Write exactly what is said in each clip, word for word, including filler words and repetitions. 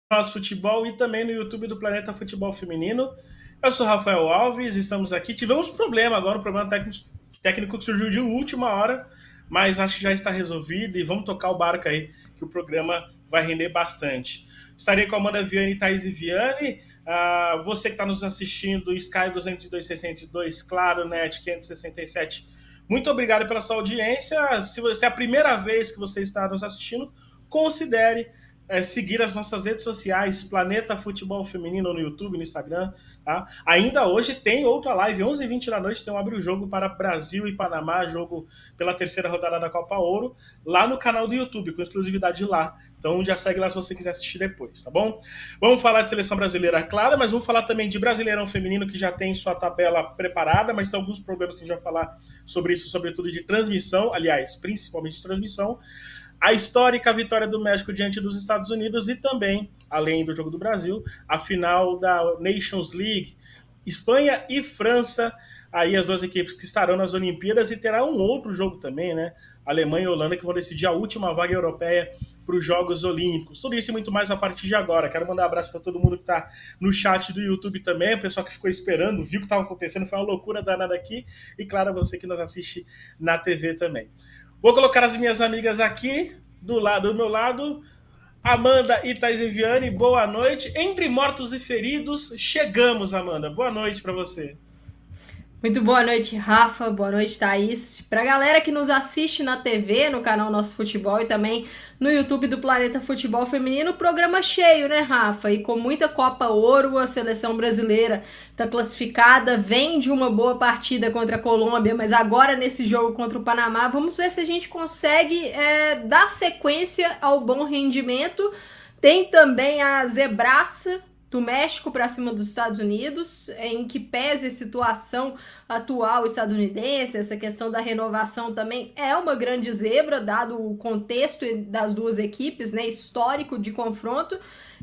Nosso Futebol e também no YouTube do Planeta Futebol Feminino. Eu sou Rafael Alves, estamos aqui. Tivemos um problema agora, um problema técnico, técnico que surgiu de última hora, mas acho que já está resolvido e vamos tocar o barco aí, que o programa vai render bastante. Estarei com a Amanda Viane e Thaís Viane. Uh, você que está nos assistindo, Sky duzentos e dois, sessenta e dois, Claro, Net quinhentos e sessenta e sete, muito obrigado pela sua audiência. Se você é a primeira vez que você está nos assistindo, considere É, seguir as nossas redes sociais, Planeta Futebol Feminino no YouTube, no Instagram. Tá? Ainda hoje tem outra live, onze e vinte da noite, tem um Abre o Jogo para Brasil e Panamá, jogo pela terceira rodada da Copa Ouro, lá no canal do YouTube, com exclusividade lá. Então já segue lá se você quiser assistir depois, tá bom? Vamos falar de seleção brasileira, claro, mas vamos falar também de Brasileirão Feminino, que já tem sua tabela preparada, mas tem alguns problemas que a gente vai falar sobre isso, sobretudo de transmissão, aliás, principalmente de transmissão. A histórica vitória do México diante dos Estados Unidos e também, além do jogo do Brasil, a final da Nations League, Espanha e França, aí as duas equipes que estarão nas Olimpíadas, e terá um outro jogo também, né? Alemanha e Holanda, que vão decidir a última vaga europeia para os Jogos Olímpicos. Tudo isso e muito mais a partir de agora. Quero mandar um abraço para todo mundo que está no chat do YouTube também, o pessoal que ficou esperando, viu o que estava acontecendo, foi uma loucura danada aqui, e claro, você que nos assiste na T V também. Vou colocar as minhas amigas aqui, do lado do meu lado, Amanda e Thaís Viane, boa noite. Entre mortos e feridos, chegamos, Amanda. Boa noite para você. Muito boa noite, Rafa. Boa noite, Thaís. Pra galera que nos assiste na T V, no canal Nosso Futebol e também no YouTube do Planeta Futebol Feminino, programa cheio, né, Rafa? E com muita Copa Ouro, a seleção brasileira tá classificada, vem de uma boa partida contra a Colômbia, mas agora nesse jogo contra o Panamá, vamos ver se a gente consegue é, dar sequência ao bom rendimento. Tem também a zebraça do México para cima dos Estados Unidos, em que pese a situação atual estadunidense, essa questão da renovação também é uma grande zebra, dado o contexto das duas equipes, né, histórico de confronto,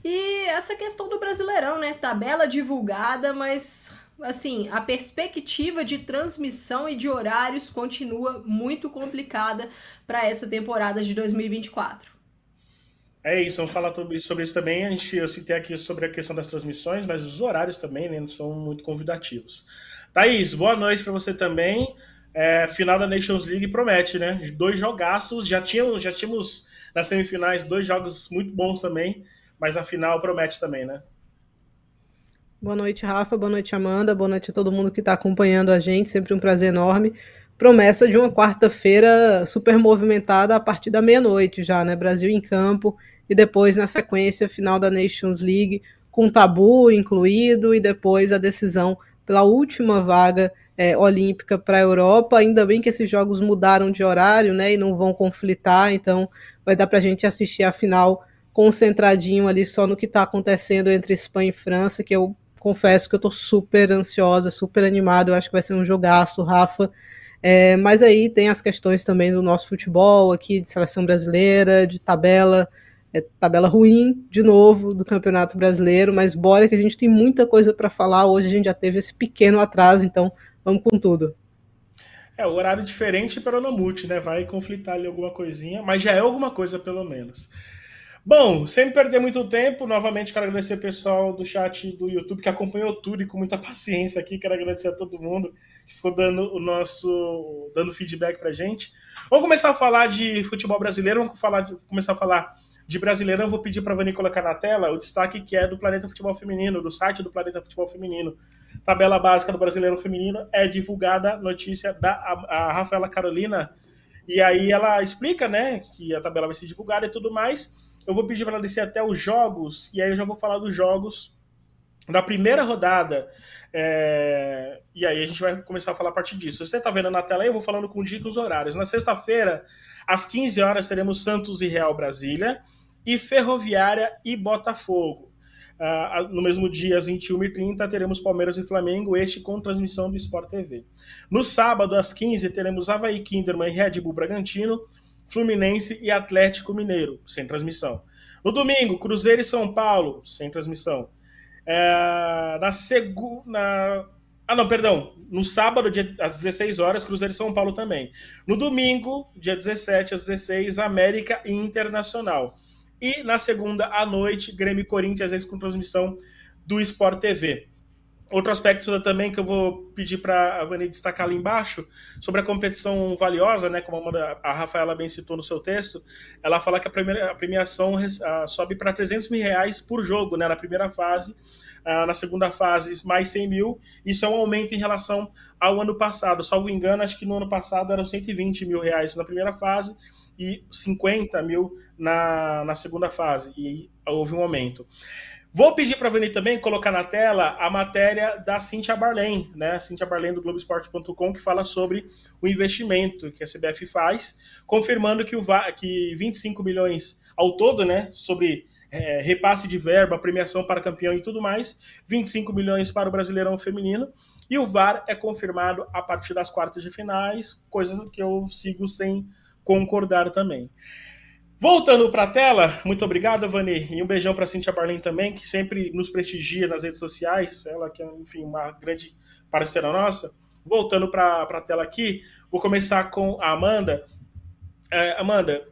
e essa questão do Brasileirão, né, tabela divulgada, mas assim, a perspectiva de transmissão e de horários continua muito complicada para essa temporada de dois mil e vinte e quatro. É isso, vamos falar sobre isso também. A gente, eu citei aqui sobre a questão das transmissões, mas os horários também, né, não são muito convidativos. Thaís, boa noite para você também. É, final da Nations League promete, né? Dois jogaços, já tínhamos, já tínhamos nas semifinais dois jogos muito bons também, mas a final promete também, né? Boa noite, Rafa, boa noite, Amanda, boa noite a todo mundo que está acompanhando a gente, sempre um prazer enorme. Promessa de uma quarta-feira super movimentada a partir da meia-noite já, né? Brasil em campo, e depois, na sequência, final da Nations League, com tabu incluído, e depois a decisão pela última vaga é, olímpica para a Europa. Ainda bem que esses jogos mudaram de horário, né, e não vão conflitar, então vai dar para a gente assistir a final concentradinho ali só no que está acontecendo entre Espanha e França, que eu confesso que eu estou super ansiosa, super animada, eu acho que vai ser um jogaço, Rafa. É, mas aí tem as questões também do nosso futebol aqui, de seleção brasileira, de tabela, é, tabela ruim, de novo, do Campeonato Brasileiro, mas bora que a gente tem muita coisa para falar. Hoje a gente já teve esse pequeno atraso, então vamos com tudo. É, o horário diferente para o Namute, né? Vai conflitar ali alguma coisinha, mas já é alguma coisa pelo menos. Bom, sem perder muito tempo, novamente quero agradecer o pessoal do chat do YouTube que acompanhou tudo e com muita paciência aqui. Quero agradecer a todo mundo que ficou dando o nosso dando feedback pra gente. Vamos começar a falar de futebol brasileiro, vamos falar de, começar a falar de Brasileirão. Eu vou pedir para a Vani colocar na tela o destaque que é do Planeta Futebol Feminino, do site do Planeta Futebol Feminino. Tabela básica do Brasileirão Feminino é divulgada, notícia da a, a Rafaela Carolina, e aí ela explica, né, que a tabela vai ser divulgada e tudo mais. Eu vou pedir para ela descer até os jogos, e aí eu já vou falar dos jogos da primeira rodada, é... e aí a gente vai começar a falar a partir disso. Você está vendo na tela aí, eu vou falando com dicas os horários. Na sexta-feira, às quinze horas, teremos Santos e Real Brasília, e Ferroviária e Botafogo. Uh, no mesmo dia, às vinte e uma e trinta, teremos Palmeiras e Flamengo, este com transmissão do Sport T V. No sábado, às quinze, teremos Avaí Kinderman e Red Bull Bragantino, Fluminense e Atlético Mineiro, sem transmissão. No domingo, Cruzeiro e São Paulo, sem transmissão. É, na segunda... Ah, não, perdão. No sábado, dia, às dezesseis horas, Cruzeiro e São Paulo também. No domingo, dia dezessete, às dezesseis, América e Internacional. E na segunda à noite, Grêmio e Corinthians, esse com transmissão do Sport T V. Outro aspecto também que eu vou pedir para a Vani destacar ali embaixo, sobre a competição valiosa, né, como a Rafaela bem citou no seu texto, ela fala que a, primeira, a premiação uh, sobe para trezentos mil reais por jogo, né, na primeira fase, uh, na segunda fase mais cem mil, isso é um aumento em relação ao ano passado, salvo engano, acho que no ano passado eram cento e vinte mil reais na primeira fase e cinquenta mil na, na segunda fase, e houve um aumento. Vou pedir para a Vani também colocar na tela a matéria da Cíntia Barlen, né? Cíntia Barlen do Globo Esporte ponto com, que fala sobre o investimento que a C B F faz, confirmando que, o, que vinte e cinco milhões ao todo, né? Sobre é, repasse de verba, premiação para campeão e tudo mais, vinte e cinco milhões para o Brasileirão Feminino, e o V A R é confirmado a partir das quartas de finais, coisas que eu sigo sem concordar também. Voltando para a tela, muito obrigado, Vani, e um beijão para a Cíntia Barlen também, que sempre nos prestigia nas redes sociais, ela que é, enfim, uma grande parceira nossa. Voltando para a tela aqui, vou começar com a Amanda. É, Amanda,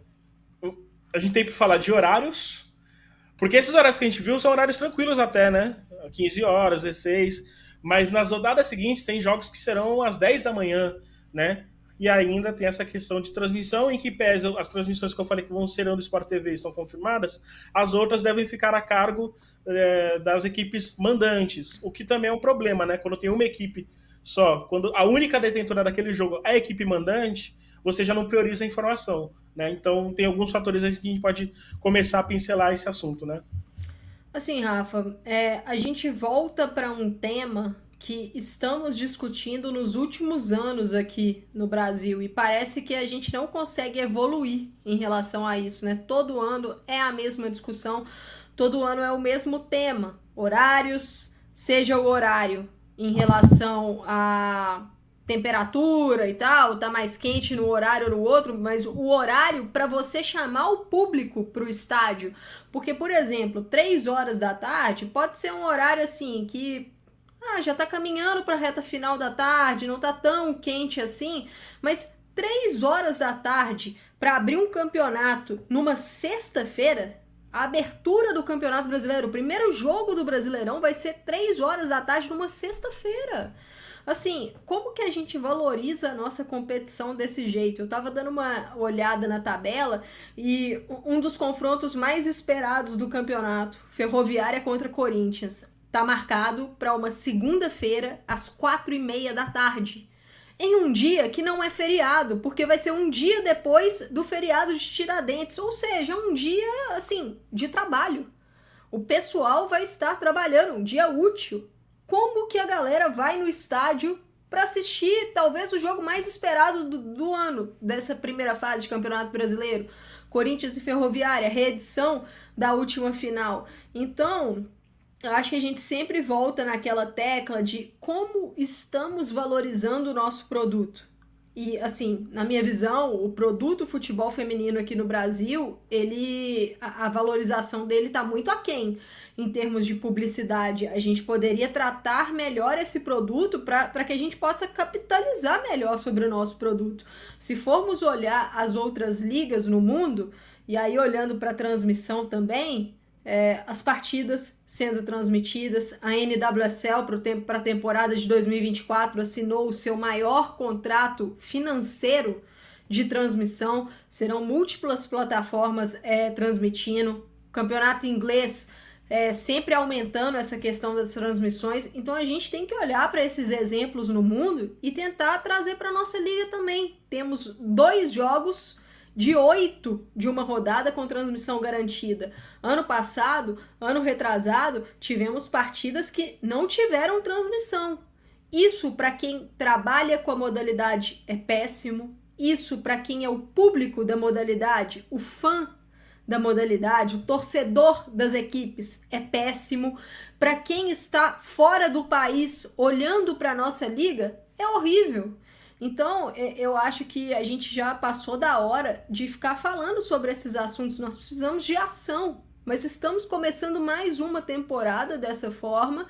a gente tem para falar de horários, porque esses horários que a gente viu são horários tranquilos até, né? quinze horas, dezesseis, mas nas rodadas seguintes tem jogos que serão às dez da manhã, né? E ainda tem essa questão de transmissão, em que pese as transmissões que eu falei que vão ser do Sport T V estão confirmadas, as outras devem ficar a cargo é, das equipes mandantes, o que também é um problema, né? Quando tem uma equipe só, quando a única detentora daquele jogo é a equipe mandante, você já não prioriza a informação, né? Então tem alguns fatores aí que a gente pode começar a pincelar esse assunto, né? Assim, Rafa, é, a gente volta para um tema que estamos discutindo nos últimos anos aqui no Brasil e parece que a gente não consegue evoluir em relação a isso, né? Todo ano é a mesma discussão, todo ano é o mesmo tema, horários, seja o horário em relação a temperatura e tal, tá mais quente no horário ou no outro, mas o horário para você chamar o público para o estádio, porque, por exemplo, três horas da tarde pode ser um horário assim que Ah, já tá caminhando para a reta final da tarde, não tá tão quente assim, mas três horas da tarde para abrir um campeonato numa sexta-feira, a abertura do Campeonato Brasileiro, o primeiro jogo do Brasileirão vai ser três horas da tarde numa sexta-feira. Assim, como que a gente valoriza a nossa competição desse jeito? Eu tava dando uma olhada na tabela e um dos confrontos mais esperados do campeonato, Ferroviária contra Corinthians, tá marcado para uma segunda-feira, às quatro e meia da tarde. Em um dia que não é feriado, porque vai ser um dia depois do feriado de Tiradentes, ou seja, um dia, assim, de trabalho. O pessoal vai estar trabalhando, um dia útil. Como que a galera vai no estádio para assistir talvez o jogo mais esperado do, do ano, dessa primeira fase de Campeonato Brasileiro? Corinthians e Ferroviária, reedição da última final. Então, eu acho que a gente sempre volta naquela tecla de como estamos valorizando o nosso produto. E, assim, na minha visão, o produto futebol feminino aqui no Brasil, ele, a, a valorização dele está muito aquém em termos de publicidade. A gente poderia tratar melhor esse produto para que a gente possa capitalizar melhor sobre o nosso produto. Se formos olhar as outras ligas no mundo, e aí olhando para a transmissão também, É, as partidas sendo transmitidas, a N W S L para a temporada de dois mil e vinte e quatro assinou o seu maior contrato financeiro de transmissão, serão múltiplas plataformas é, transmitindo, campeonato inglês é, sempre aumentando essa questão das transmissões, então a gente tem que olhar para esses exemplos no mundo e tentar trazer para a nossa liga também. Temos dois jogos de oito de uma rodada com transmissão garantida. Ano passado, ano retrasado, tivemos partidas que não tiveram transmissão. Isso, para quem trabalha com a modalidade, é péssimo. Isso, para quem é o público da modalidade, o fã da modalidade, o torcedor das equipes, é péssimo. Para quem está fora do país, olhando para a nossa liga, é horrível. Então, eu acho que a gente já passou da hora de ficar falando sobre esses assuntos, nós precisamos de ação, mas estamos começando mais uma temporada dessa forma,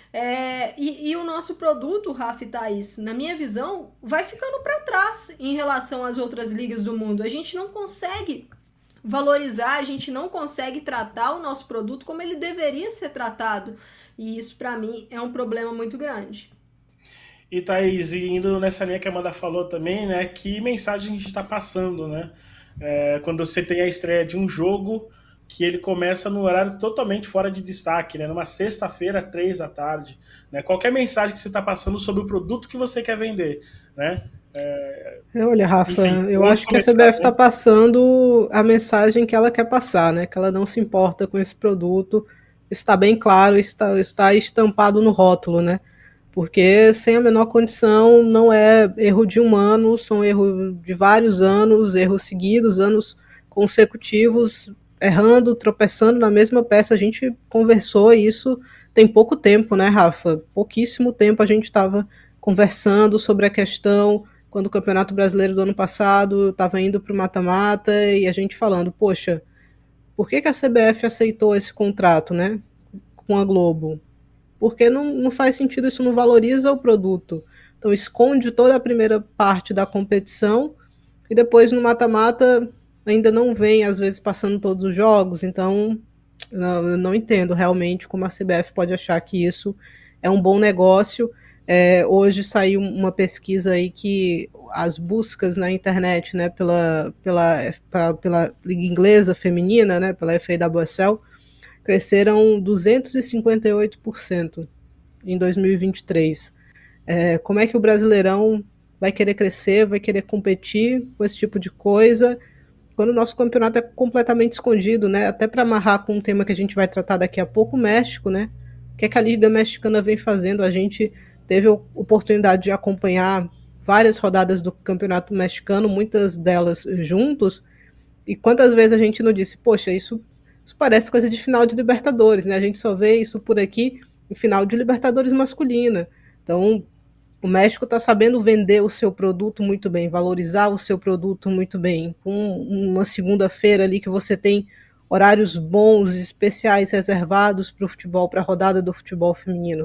é, e, e o nosso produto, Rafa e Thaís, na minha visão, vai ficando para trás em relação às outras ligas do mundo. A gente não consegue valorizar, a gente não consegue tratar o nosso produto como ele deveria ser tratado. E isso, para mim, é um problema muito grande. E, Thaís, indo nessa linha que a Amanda falou também, né, que mensagem a gente está passando, né? É, quando você tem a estreia de um jogo que ele começa no horário totalmente fora de destaque, né? Numa sexta-feira, três da tarde. Né? Qualquer mensagem que você está passando sobre o produto que você quer vender, né? É... Olha, Rafa, Enfim, eu acho que a C B F está passando a mensagem que ela quer passar, né? Que ela não se importa com esse produto. Está bem claro, está, está estampado no rótulo, né? Porque sem a menor condição, não é erro de um ano, são erros de vários anos, erros seguidos, anos consecutivos, errando, tropeçando na mesma peça. A gente conversou isso tem pouco tempo, né, Rafa? Pouquíssimo tempo a gente estava conversando sobre a questão, quando o Campeonato Brasileiro do ano passado estava indo para o mata-mata, e a gente falando, poxa, por que, que a C B F aceitou esse contrato, né, com a Globo? Porque não, não faz sentido, isso não valoriza o produto. Então esconde toda a primeira parte da competição e depois no mata-mata ainda não vem, às vezes, passando todos os jogos. Então não, eu não entendo realmente como a C B F pode achar que isso é um bom negócio. É, hoje saiu uma pesquisa aí que as buscas na internet, né, pela, pela, pra, pela Liga Inglesa Feminina, né, pela F A W S L, cresceram duzentos e cinquenta e oito por cento em dois mil e vinte e três. É, como é que o Brasileirão vai querer crescer, vai querer competir com esse tipo de coisa, quando o nosso campeonato é completamente escondido, né? Até para amarrar com um tema que a gente vai tratar daqui a pouco, o México, né? O que é que a Liga Mexicana vem fazendo? A gente teve a oportunidade de acompanhar várias rodadas do Campeonato Mexicano, muitas delas juntos, e quantas vezes a gente não disse, poxa, isso Isso parece coisa de final de Libertadores, né? A gente só vê isso por aqui em final de Libertadores masculina. Então, o México está sabendo vender o seu produto muito bem, valorizar o seu produto muito bem. Com uma segunda-feira ali que você tem horários bons, especiais, reservados para o futebol, para a rodada do futebol feminino.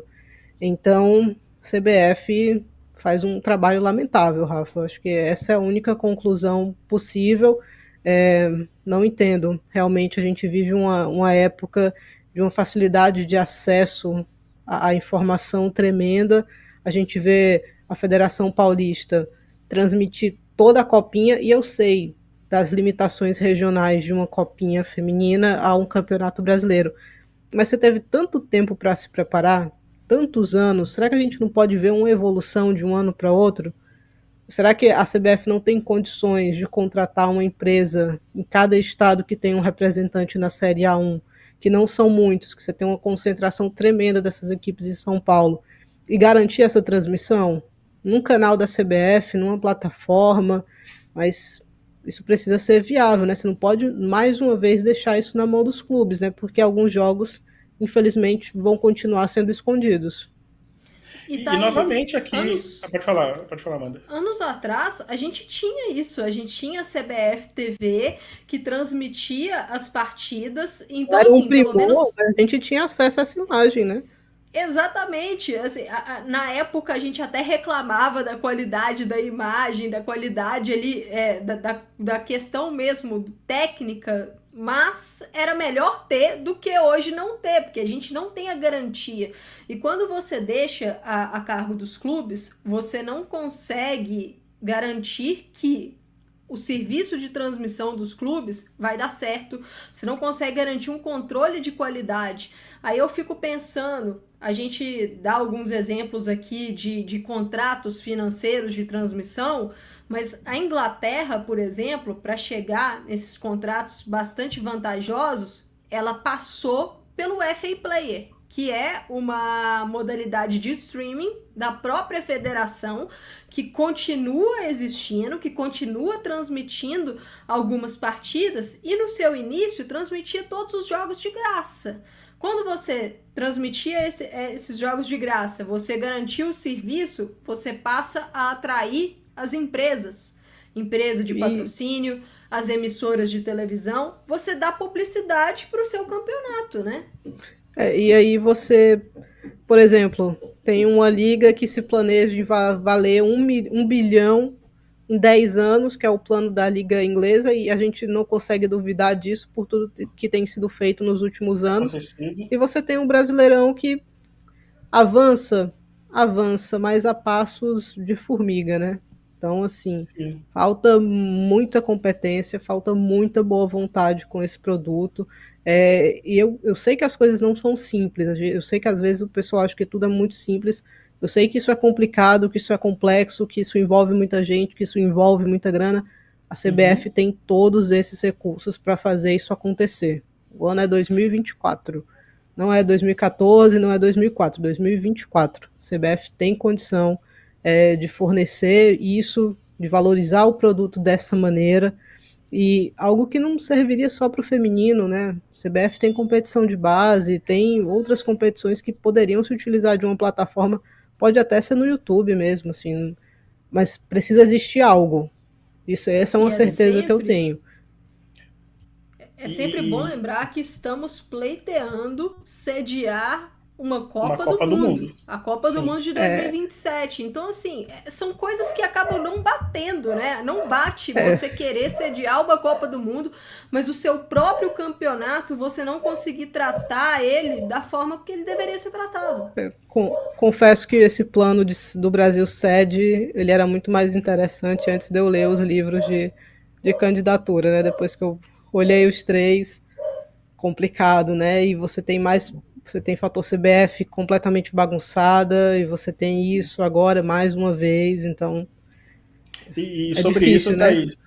Então, C B F faz um trabalho lamentável, Rafa. Acho que essa é a única conclusão possível. É, não entendo. Realmente a gente vive uma, uma época de uma facilidade de acesso à, à informação tremenda. A gente vê a Federação Paulista transmitir toda a copinha, e eu sei das limitações regionais de uma copinha feminina a um campeonato brasileiro. Mas você teve tanto tempo para se preparar, tantos anos, será que a gente não pode ver uma evolução de um ano para outro? Será que a C B F não tem condições de contratar uma empresa em cada estado que tem um representante na Série A um, que não são muitos, que você tem uma concentração tremenda dessas equipes em São Paulo, e garantir essa transmissão num canal da C B F, numa plataforma? Mas isso precisa ser viável, né? Você não pode, mais uma vez, deixar isso na mão dos clubes, né? Porque alguns jogos, infelizmente, vão continuar sendo escondidos. E, E, Thaís, novamente aqui... anos, Ah, pode falar, pode falar, Amanda. Anos atrás, a gente tinha isso. A gente tinha a C B F T V que transmitia as partidas. Então, Era um assim, primor, pelo menos... a gente tinha acesso a essa imagem, né? Exatamente. Assim, a, a, na época, a gente até reclamava da qualidade da imagem, da qualidade ali, é, da, da, da questão mesmo técnica, mas era melhor ter do que hoje não ter, porque a gente não tem a garantia. E quando você deixa a, a cargo dos clubes, você não consegue garantir que o serviço de transmissão dos clubes vai dar certo, você não consegue garantir um controle de qualidade. Aí eu fico pensando, a gente dá alguns exemplos aqui de, de contratos financeiros de transmissão, mas a Inglaterra, por exemplo, para chegar nesses contratos bastante vantajosos, ela passou pelo F A Player, que é uma modalidade de streaming da própria federação, que continua existindo, que continua transmitindo algumas partidas, e no seu início transmitia todos os jogos de graça. Quando você transmitia esse, esses jogos de graça, você garantia o serviço, você passa a atrair as empresas, empresa de patrocínio, as emissoras de televisão, você dá publicidade para o seu campeonato, né? É, e aí você, por exemplo, tem uma liga que se planeja de valer um, um bilhão em dez anos, que é o plano da Liga Inglesa, e a gente não consegue duvidar disso por tudo que tem sido feito nos últimos anos. Acontecido. E você tem um Brasileirão que avança, avança, mas a passos de formiga, né? Então, assim, Sim. falta muita competência, falta muita boa vontade com esse produto. É, e eu, eu sei que as coisas não são simples, eu sei que às vezes o pessoal acha que tudo é muito simples, eu sei que isso é complicado, que isso é complexo, que isso envolve muita gente, que isso envolve muita grana. A C B F uhum. tem todos esses recursos para fazer isso acontecer. O ano é dois mil e vinte e quatro. Não é dois mil e quatorze, não é dois mil e quatro, dois mil e vinte e quatro. A C B F tem condição é, de fornecer isso, de valorizar o produto dessa maneira, e algo que não serviria só para o feminino, né? A C B F tem competição de base, tem outras competições que poderiam se utilizar de uma plataforma, pode até ser no YouTube mesmo, assim, mas precisa existir algo. Isso, essa é uma e certeza é sempre... que eu tenho. É sempre e... bom lembrar que estamos pleiteando sediar uma Copa, uma Copa do, do mundo. Mundo. A Copa Sim. do Mundo de dois mil e vinte e sete. É... Então, assim, são coisas que acabam não batendo, né? Não bate é. você querer sediar uma Copa do Mundo, mas o seu próprio campeonato, você não conseguir tratar ele da forma que ele deveria ser tratado. É, com, confesso que esse plano de, do Brasil sede, ele era muito mais interessante antes de eu ler os livros de, de candidatura, né? Depois que eu olhei os três, complicado, né? E você tem mais... Você tem fator C B F completamente bagunçada, e você tem isso agora mais uma vez, então... E, e é sobre difícil, isso, né? Thaís,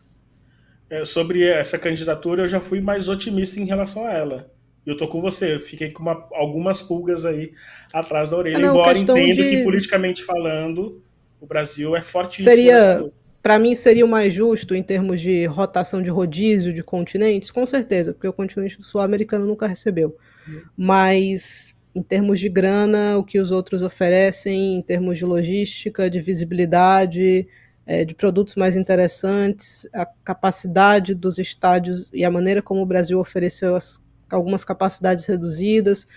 é, sobre essa candidatura, eu já fui mais otimista em relação a ela. Eu tô com você, eu fiquei com uma, algumas pulgas aí atrás da orelha, é, não, embora entenda de... que, politicamente falando, o Brasil é fortíssimo seria... nessa luta. Para mim, seria o mais justo em termos de rotação de rodízio de continentes? Com certeza, porque o continente sul-americano nunca recebeu. Uhum. Mas, em termos de grana, o que os outros oferecem, em termos de logística, de visibilidade, é, de produtos mais interessantes, a capacidade dos estádios e a maneira como o Brasil ofereceu as, algumas capacidades reduzidas,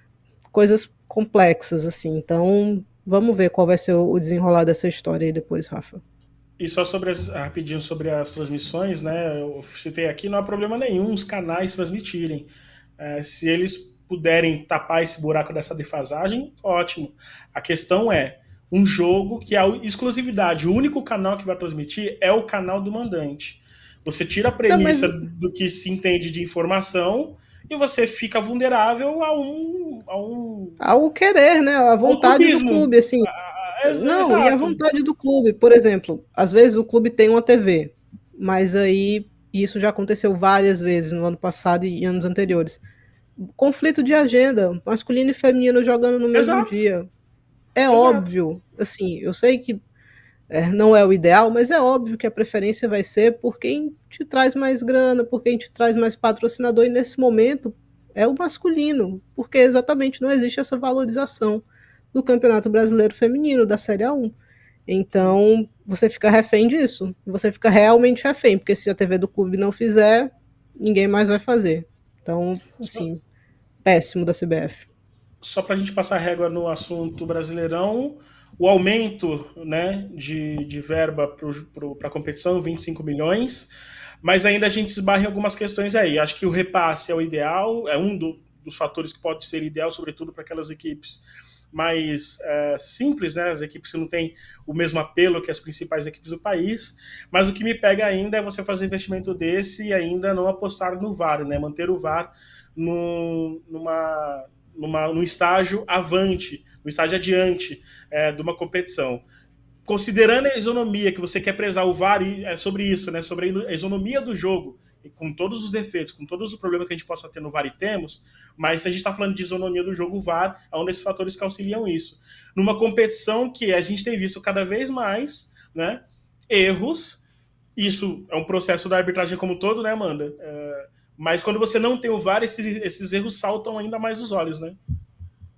coisas complexas, assim. Então, vamos ver qual vai ser o desenrolar dessa história aí depois, Rafa. E só sobre as, rapidinho sobre as transmissões, né? Eu citei aqui, não há problema nenhum os canais transmitirem. É, se eles puderem tapar esse buraco dessa defasagem, ótimo. A questão é, um jogo que a exclusividade, o único canal que vai transmitir é o canal do mandante. Você tira a premissa não, mas... do que se entende de informação e você fica vulnerável a um... A um ao querer, né? A vontade do clube, assim... Não, Exato. E a vontade do clube, por exemplo, às vezes o clube tem uma T V, mas aí isso já aconteceu várias vezes no ano passado e anos anteriores. Conflito de agenda, masculino e feminino jogando no mesmo Exato. dia. É Exato. óbvio, assim, eu sei que é, não é o ideal, mas é óbvio que a preferência vai ser por quem te traz mais grana, por quem te traz mais patrocinador, e nesse momento é o masculino, porque exatamente não existe essa valorização do Campeonato Brasileiro Feminino, da Série A um. Então, você fica refém disso. Você fica realmente refém, porque se a T V do clube não fizer, ninguém mais vai fazer. Então, assim, péssimo da C B F. Só para a gente passar a régua no assunto Brasileirão, o aumento, né, de, de verba para a competição, vinte e cinco milhões, mas ainda a gente esbarra em algumas questões aí. Acho que o repasse é o ideal, é um do, dos fatores que pode ser ideal, sobretudo para aquelas equipes mais é, simples, né? As equipes que não têm o mesmo apelo que as principais equipes do país, mas o que me pega ainda é você fazer um investimento desse e ainda não apostar no V A R, né? Manter o V A R no, numa, numa, num estágio avante, no estágio adiante é, de uma competição. Considerando a isonomia, que você quer prezar o V A R, é sobre isso, né? Sobre a isonomia do jogo, com todos os defeitos, com todos os problemas que a gente possa ter no V A R e temos, mas se a gente está falando de isonomia do jogo, o V A R é um desses fatores que auxiliam isso. Numa competição que a gente tem visto cada vez mais, né, erros, isso é um processo da arbitragem como um todo, né, Amanda? É, mas quando você não tem o V A R, esses, esses erros saltam ainda mais os olhos, né?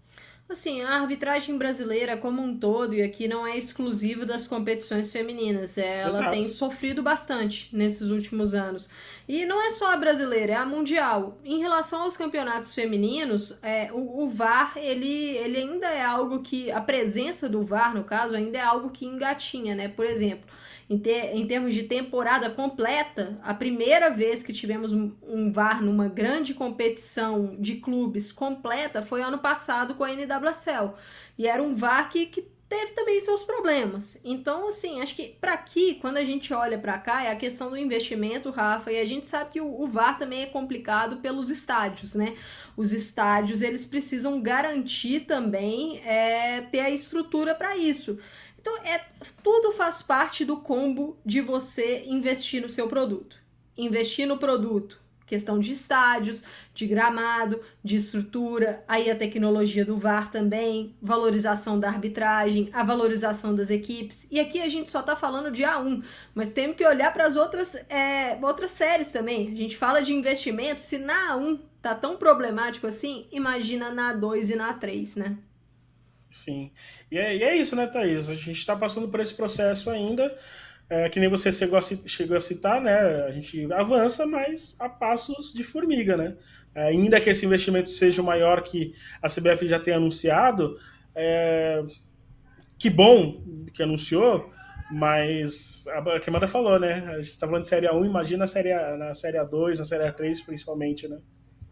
Assim, a arbitragem brasileira como um todo, e aqui não é exclusivo das competições femininas, é, ela Exato. tem sofrido bastante nesses últimos anos. E não é só a brasileira, é a mundial. Em relação aos campeonatos femininos, é, o, o V A R, ele, ele ainda é algo que, a presença do V A R, no caso, ainda é algo que engatinha, né? Por exemplo, em, ter, em termos de temporada completa, a primeira vez que tivemos um, um V A R numa grande competição de clubes completa foi ano passado com a N W S L. E era um V A R que, que teve também seus problemas. Então, assim, acho que para aqui, quando a gente olha para cá, é a questão do investimento, Rafa, e a gente sabe que o, o V A R também é complicado pelos estádios, né? Os estádios, eles precisam garantir também é, ter a estrutura para isso. Então, é, tudo faz parte do combo de você investir no seu produto. Investir no produto, questão de estádios, de gramado, de estrutura, aí a tecnologia do V A R também, valorização da arbitragem, a valorização das equipes. E aqui a gente só tá falando de A um, mas temos que olhar para as outras, é, outras séries também. A gente fala de investimento, se na A um tá tão problemático assim, imagina na A dois e na A três, né? Sim. E é, e é isso, né, Thaís? A gente está passando por esse processo ainda, é, que nem você chegou a, chegou a citar, né? A gente avança, mas a passos de formiga, né? É, ainda que esse investimento seja o maior que a C B F já tenha anunciado, é, que bom que anunciou, mas a que a Amanda falou, né? A gente está falando de Série A um, imagina a série A, na Série A dois, na Série A três, principalmente, né?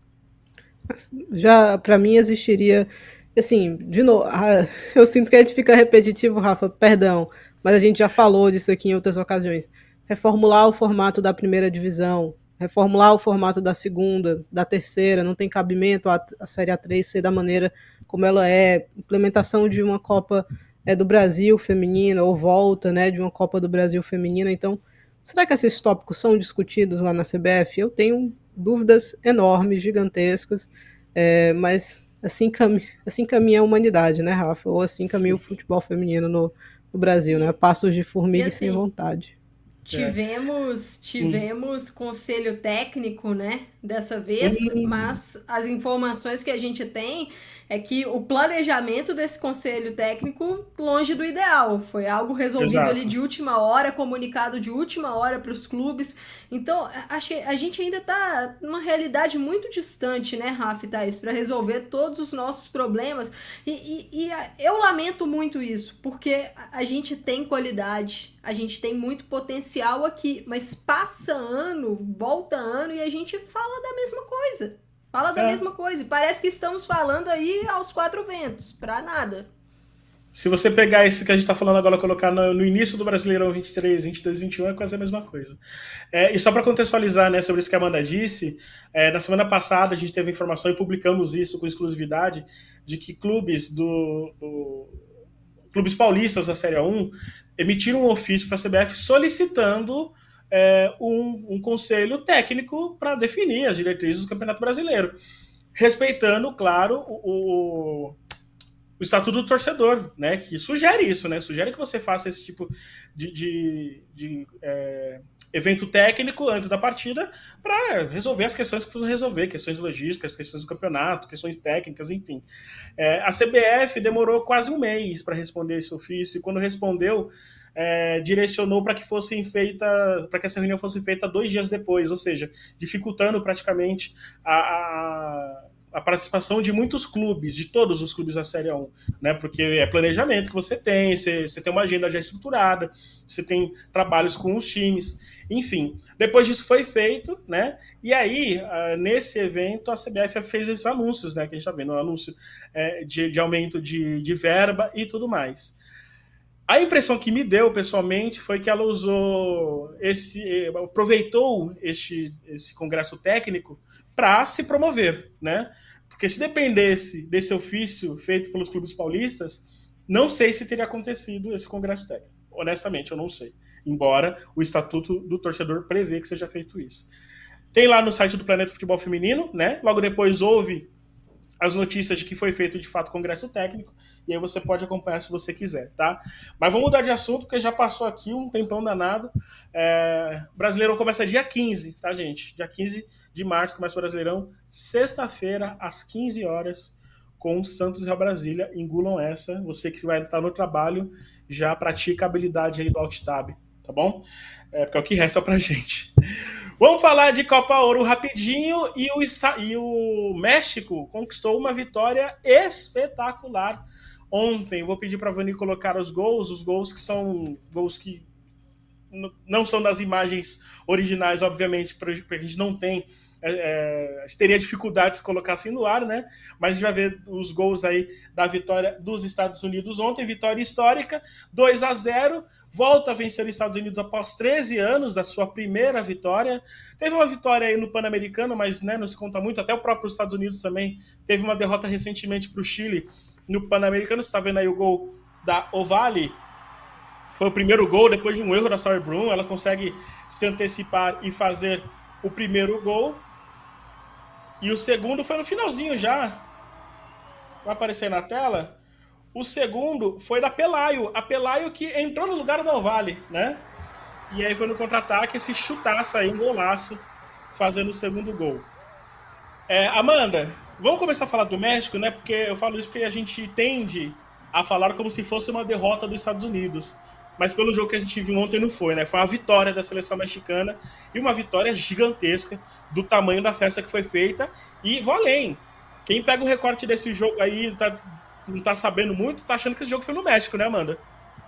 Já, para mim, existiria... Assim, de novo, eu sinto que a gente fica repetitivo, Rafa, perdão, mas a gente já falou disso aqui em outras ocasiões. Reformular o formato da primeira divisão, reformular o formato da segunda, da terceira, não tem cabimento a, a Série A três ser da maneira como ela é, implementação de uma Copa é, do Brasil feminina, ou volta, né, de uma Copa do Brasil feminina. Então, será que esses tópicos são discutidos lá na C B F? Eu tenho dúvidas enormes, gigantescas, é, mas... Assim, cam... assim caminha a humanidade, né, Rafa? Ou assim caminha Sim. o futebol feminino no, no Brasil, né? Passos de formiga e, assim, e sem vontade. Tivemos, tivemos hum. conselho técnico, né, dessa vez, hum. mas as informações que a gente tem é que o planejamento desse conselho técnico longe do ideal, foi algo resolvido Exato. ali de última hora, comunicado de última hora para os clubes, então acho que a gente ainda está numa realidade muito distante, né, Rafa e Thaís, para resolver todos os nossos problemas, e, e, e eu lamento muito isso, porque a gente tem qualidade, a gente tem muito potencial aqui, mas passa ano, volta ano e a gente fala da mesma coisa. Fala da é. mesma coisa. E parece que estamos falando aí aos quatro ventos, pra nada. Se você pegar esse que a gente tá falando agora, colocar no, no início do Brasileirão vinte e três, vinte e dois, vinte e um, é quase a mesma coisa. É, e só para contextualizar, né, sobre isso que a Amanda disse, é, na semana passada a gente teve informação e publicamos isso com exclusividade, de que clubes do... do clubes paulistas da Série A um emitiram um ofício para a C B F solicitando é, um, um conselho técnico para definir as diretrizes do Campeonato Brasileiro, respeitando, claro, o, o, o Estatuto do Torcedor, né, que sugere isso, né, sugere que você faça esse tipo de, de, de é, evento técnico antes da partida para resolver as questões que precisam resolver, questões logísticas, questões do campeonato, questões técnicas, enfim. É, a C B F demorou quase um mês para responder esse ofício, e quando respondeu, é, direcionou para que fossem feita, para que essa reunião fosse feita dois dias depois, ou seja, dificultando praticamente a, a a participação de muitos clubes, de todos os clubes da Série A um, né? Porque é planejamento que você tem, você, você tem uma agenda já estruturada, você tem trabalhos com os times, enfim. Depois disso foi feito, né? E aí, nesse evento, a C B F fez esses anúncios, né? Que a gente está vendo, um anúncio é, de, de aumento de, de verba e tudo mais. A impressão que me deu, pessoalmente, foi que ela usou esse, aproveitou este, esse congresso técnico para se promover, né? Porque se dependesse desse ofício feito pelos clubes paulistas, não sei se teria acontecido esse congresso técnico. Honestamente, eu não sei. Embora o Estatuto do Torcedor prevê que seja feito isso. Tem lá no site do Planeta Futebol Feminino, né? Logo depois houve as notícias de que foi feito de fato o congresso técnico, e aí você pode acompanhar se você quiser, tá? Mas vamos mudar de assunto, porque já passou aqui um tempão danado. É... O Brasileirão começa dia quinze, tá, gente? Dia quinze de março começa o Brasileirão, sexta-feira, às quinze horas, com o Santos e Real Brasília. Engulam essa. Você que vai estar no trabalho, já pratica a habilidade aí do Alt Tab, tá bom? É, porque é o que resta pra gente. Vamos falar de Copa Ouro rapidinho. E o, e o México conquistou uma vitória espetacular ontem. Vou pedir para a Vani colocar os gols, os gols que são gols que não são das imagens originais, obviamente, porque a gente não tem, é, a gente teria dificuldade de colocar assim no ar, né? Mas a gente vai ver os gols aí da vitória dos Estados Unidos ontem, vitória histórica, dois a zero, volta a vencer os Estados Unidos após treze anos da sua primeira vitória. Teve uma vitória aí no Pan-Americano, mas né, não se conta muito, até o próprio Estados Unidos também teve uma derrota recentemente para o Chile no Pan-Americano. Você está vendo aí o gol da Ovali. Foi o primeiro gol, depois de um erro da Sauer Brunn, ela consegue se antecipar e fazer o primeiro gol. E o segundo foi no finalzinho já. Vai aparecer na tela. O segundo foi da Pelayo. A Pelayo que entrou no lugar da Ovali, né? E aí foi no contra-ataque, esse chutaço aí, um golaço, fazendo o segundo gol. É, Amanda, vamos começar a falar do México, né? Porque eu falo isso porque a gente tende a falar como se fosse uma derrota dos Estados Unidos. Mas pelo jogo que a gente viu ontem não foi, né? Foi uma vitória da seleção mexicana e uma vitória gigantesca do tamanho da festa que foi feita. E vou além. Quem pega o recorte desse jogo aí tá, não tá sabendo muito, tá achando que esse jogo foi no México, né, Amanda?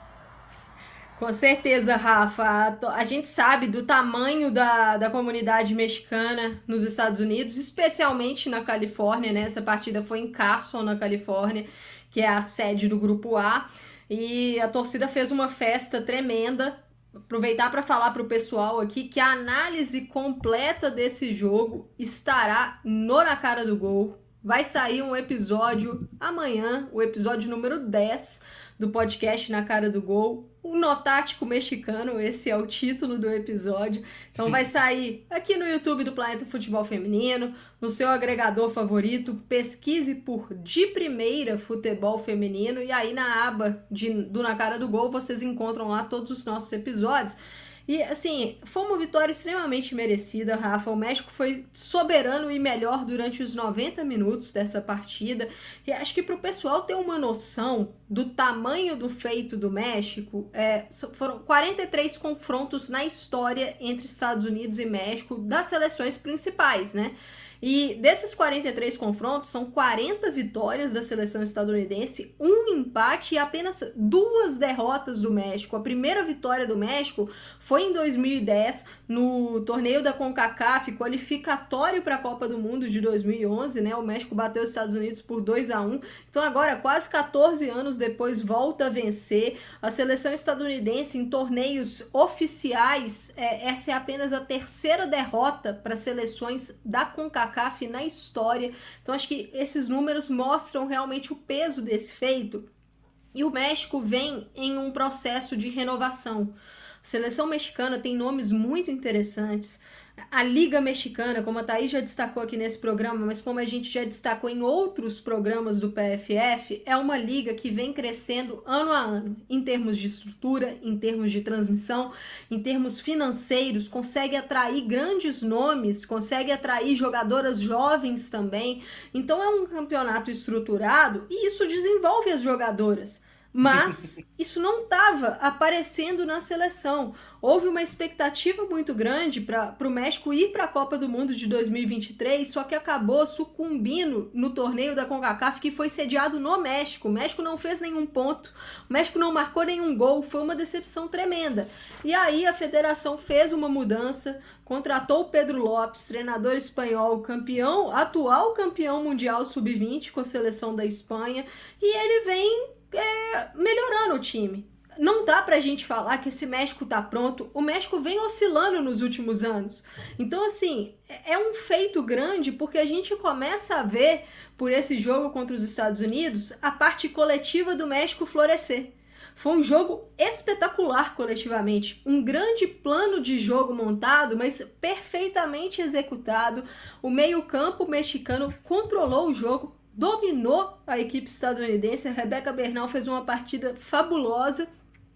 Com certeza, Rafa. A gente sabe do tamanho da, da comunidade mexicana nos Estados Unidos, especialmente na Califórnia, né? Essa partida foi em Carson, na Califórnia, que é a sede do Grupo A. E a torcida fez uma festa tremenda. Aproveitar para falar para o pessoal aqui que a análise completa desse jogo estará no Na Cara do Gol. Vai sair um episódio amanhã, o episódio número dez do podcast Na Cara do Gol. O Nó Tático Mexicano, esse é o título do episódio. Então vai sair aqui no YouTube do Planeta Futebol Feminino, no seu agregador favorito, pesquise por De Primeira Futebol Feminino e aí na aba de, do Na Cara do Gol vocês encontram lá todos os nossos episódios. E, assim, foi uma vitória extremamente merecida, Rafa. O México foi soberano e melhor durante os noventa minutos dessa partida. E acho que para o pessoal ter uma noção do tamanho do feito do México, é, foram quarenta e três confrontos na história entre Estados Unidos e México das seleções principais, né? E desses quarenta e três confrontos, são quarenta vitórias da seleção estadunidense, um empate e apenas duas derrotas do México. A primeira vitória do México foi em dois mil e dez, no torneio da CONCACAF, qualificatório para a Copa do Mundo de dois mil e onze, né? O México bateu os Estados Unidos por dois a um. Então agora, quase quatorze anos depois, volta a vencer. A seleção estadunidense em torneios oficiais, é, essa é apenas a terceira derrota para seleções da CONCACAF na história. Então acho que esses números mostram realmente o peso desse feito. E o México vem em um processo de renovação. A seleção mexicana tem nomes muito interessantes. A Liga Mexicana, como a Thaís já destacou aqui nesse programa, mas como a gente já destacou em outros programas do P F F, é uma liga que vem crescendo ano a ano, em termos de estrutura, em termos de transmissão, em termos financeiros, consegue atrair grandes nomes, consegue atrair jogadoras jovens também. Então é um campeonato estruturado e isso desenvolve as jogadoras. Mas isso não estava aparecendo na seleção. Houve uma expectativa muito grande para o México ir para a Copa do Mundo de dois mil e vinte e três, só que acabou sucumbindo no torneio da CONCACAF, que foi sediado no México. O México não fez nenhum ponto, o México não marcou nenhum gol, foi uma decepção tremenda. E aí a federação fez uma mudança, contratou o Pedro Lopes, treinador espanhol, campeão, atual campeão mundial sub vinte com a seleção da Espanha, e ele vem É, melhorando o time. Não dá pra gente falar que esse México tá pronto. O México vem oscilando nos últimos anos. Então, assim, é um feito grande porque a gente começa a ver, por esse jogo contra os Estados Unidos, a parte coletiva do México florescer. Foi um jogo espetacular coletivamente, um grande plano de jogo montado, mas perfeitamente executado. O meio-campo mexicano controlou o jogo, dominou a equipe estadunidense. A Rebeca Bernal fez uma partida fabulosa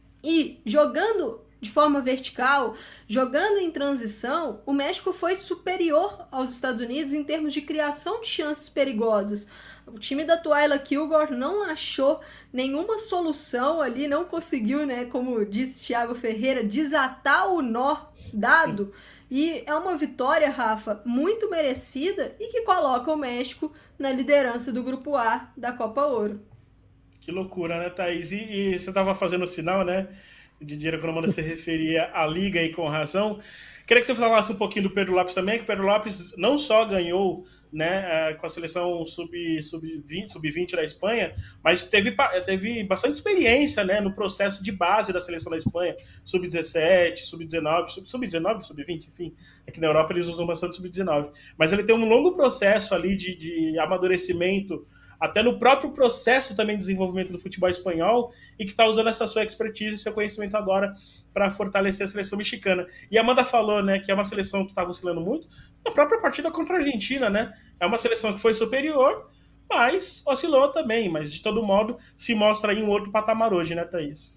e jogando de forma vertical, jogando em transição, o México foi superior aos Estados Unidos em termos de criação de chances perigosas. O time da Twyla Kilgore não achou nenhuma solução ali, não conseguiu, né, como disse Thiago Ferreira, desatar o nó dado. E é uma vitória, Rafa, muito merecida e que coloca o México na liderança do Grupo A da Copa Ouro. Que loucura, né, Thaís? E, e você estava fazendo o sinal, né, de Didier Economando se referia à Liga e com razão. Queria que você falasse um pouquinho do Pedro Lopes também, que o Pedro Lopes não só ganhou, né, com a seleção sub, sub vinte, sub vinte da Espanha, mas teve, teve bastante experiência, né, no processo de base da seleção da Espanha, sub dezessete, sub dezenove, sub dezenove, sub vinte, enfim. Aqui na Europa eles usam bastante sub dezenove. Mas ele tem um longo processo ali de, de amadurecimento, até no próprio processo também de desenvolvimento do futebol espanhol, e que está usando essa sua expertise e seu conhecimento agora para fortalecer a seleção mexicana. E a Amanda falou, né, que é uma seleção que estava oscilando muito, na própria partida contra a Argentina, né? É uma seleção que foi superior, mas oscilou também, mas de todo modo se mostra em um outro patamar hoje, né, Thaís?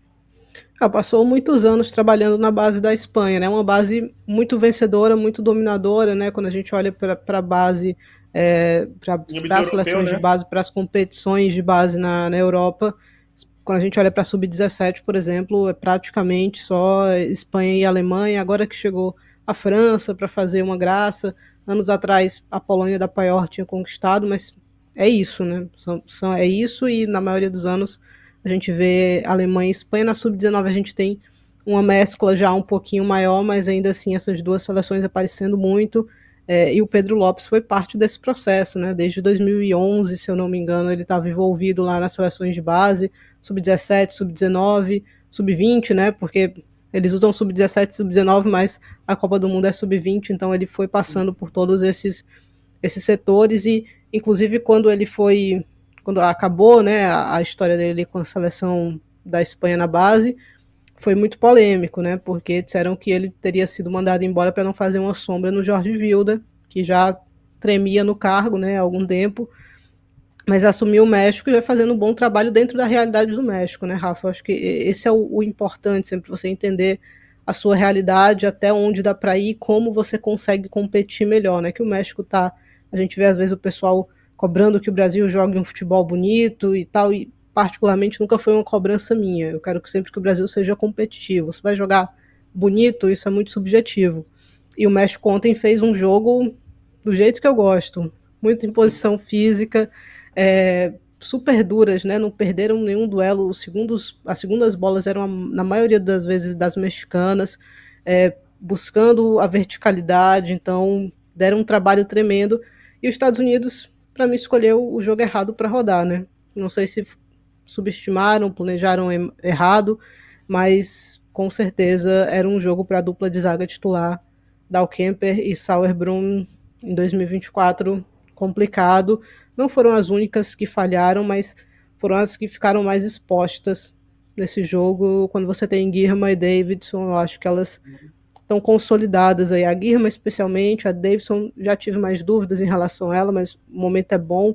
Ah, passou muitos anos trabalhando na base da Espanha, né? Uma base muito vencedora, muito dominadora, né? Quando a gente olha para a base, é, para as seleções, né, de base, para as competições de base na, na Europa, quando a gente olha para a sub dezessete, por exemplo, é praticamente só Espanha e Alemanha. Agora que chegou a França para fazer uma graça, anos atrás a Polônia da Paior tinha conquistado, mas é isso, né? São, são, é isso, e na maioria dos anos a gente vê Alemanha e Espanha. Na sub dezenove a gente tem uma mescla já um pouquinho maior, mas ainda assim essas duas seleções aparecendo muito, é, e o Pedro Lopes foi parte desse processo, né? Desde dois mil e onze, se eu não me engano, ele estava envolvido lá nas seleções de base, sub dezessete, sub dezenove, sub vinte, né? Porque eles usam sub dezessete e sub dezenove, mas a Copa do Mundo é sub vinte, então ele foi passando por todos esses, esses setores, e inclusive quando ele foi... quando acabou, né, a, a história dele com a seleção da Espanha na base, foi muito polêmico, né, porque disseram que ele teria sido mandado embora para não fazer uma sombra no Jorge Vilda, que já tremia no cargo, né, há algum tempo, mas assumiu o México e vai fazendo um bom trabalho dentro da realidade do México, né, Rafa? Eu acho que esse é o, o importante, sempre você entender a sua realidade, até onde dá para ir, como você consegue competir melhor, né, que o México tá, a gente vê às vezes o pessoal cobrando que o Brasil jogue um futebol bonito e tal, e particularmente nunca foi uma cobrança minha. Eu quero que sempre que o Brasil seja competitivo. Se vai jogar bonito, isso é muito subjetivo. E o México ontem fez um jogo do jeito que eu gosto, muita imposição física, é, super duras, né? Não perderam nenhum duelo. Os segundos, as segundas bolas eram, na maioria das vezes, das mexicanas, é, buscando a verticalidade, então deram um trabalho tremendo. E os Estados Unidos, para mim, escolheu o jogo errado para rodar, né? Não sei se subestimaram, planejaram errado, mas com certeza era um jogo para a dupla de zaga titular, Dahlkemper e Sauerbrunn, em dois mil e vinte e quatro, complicado. Não foram as únicas que falharam, mas foram as que ficaram mais expostas nesse jogo. Quando você tem Guirma e Davidson, eu acho que elas estão consolidadas aí. A Guirma especialmente, a Davidson já tive mais dúvidas em relação a ela, mas o momento é bom.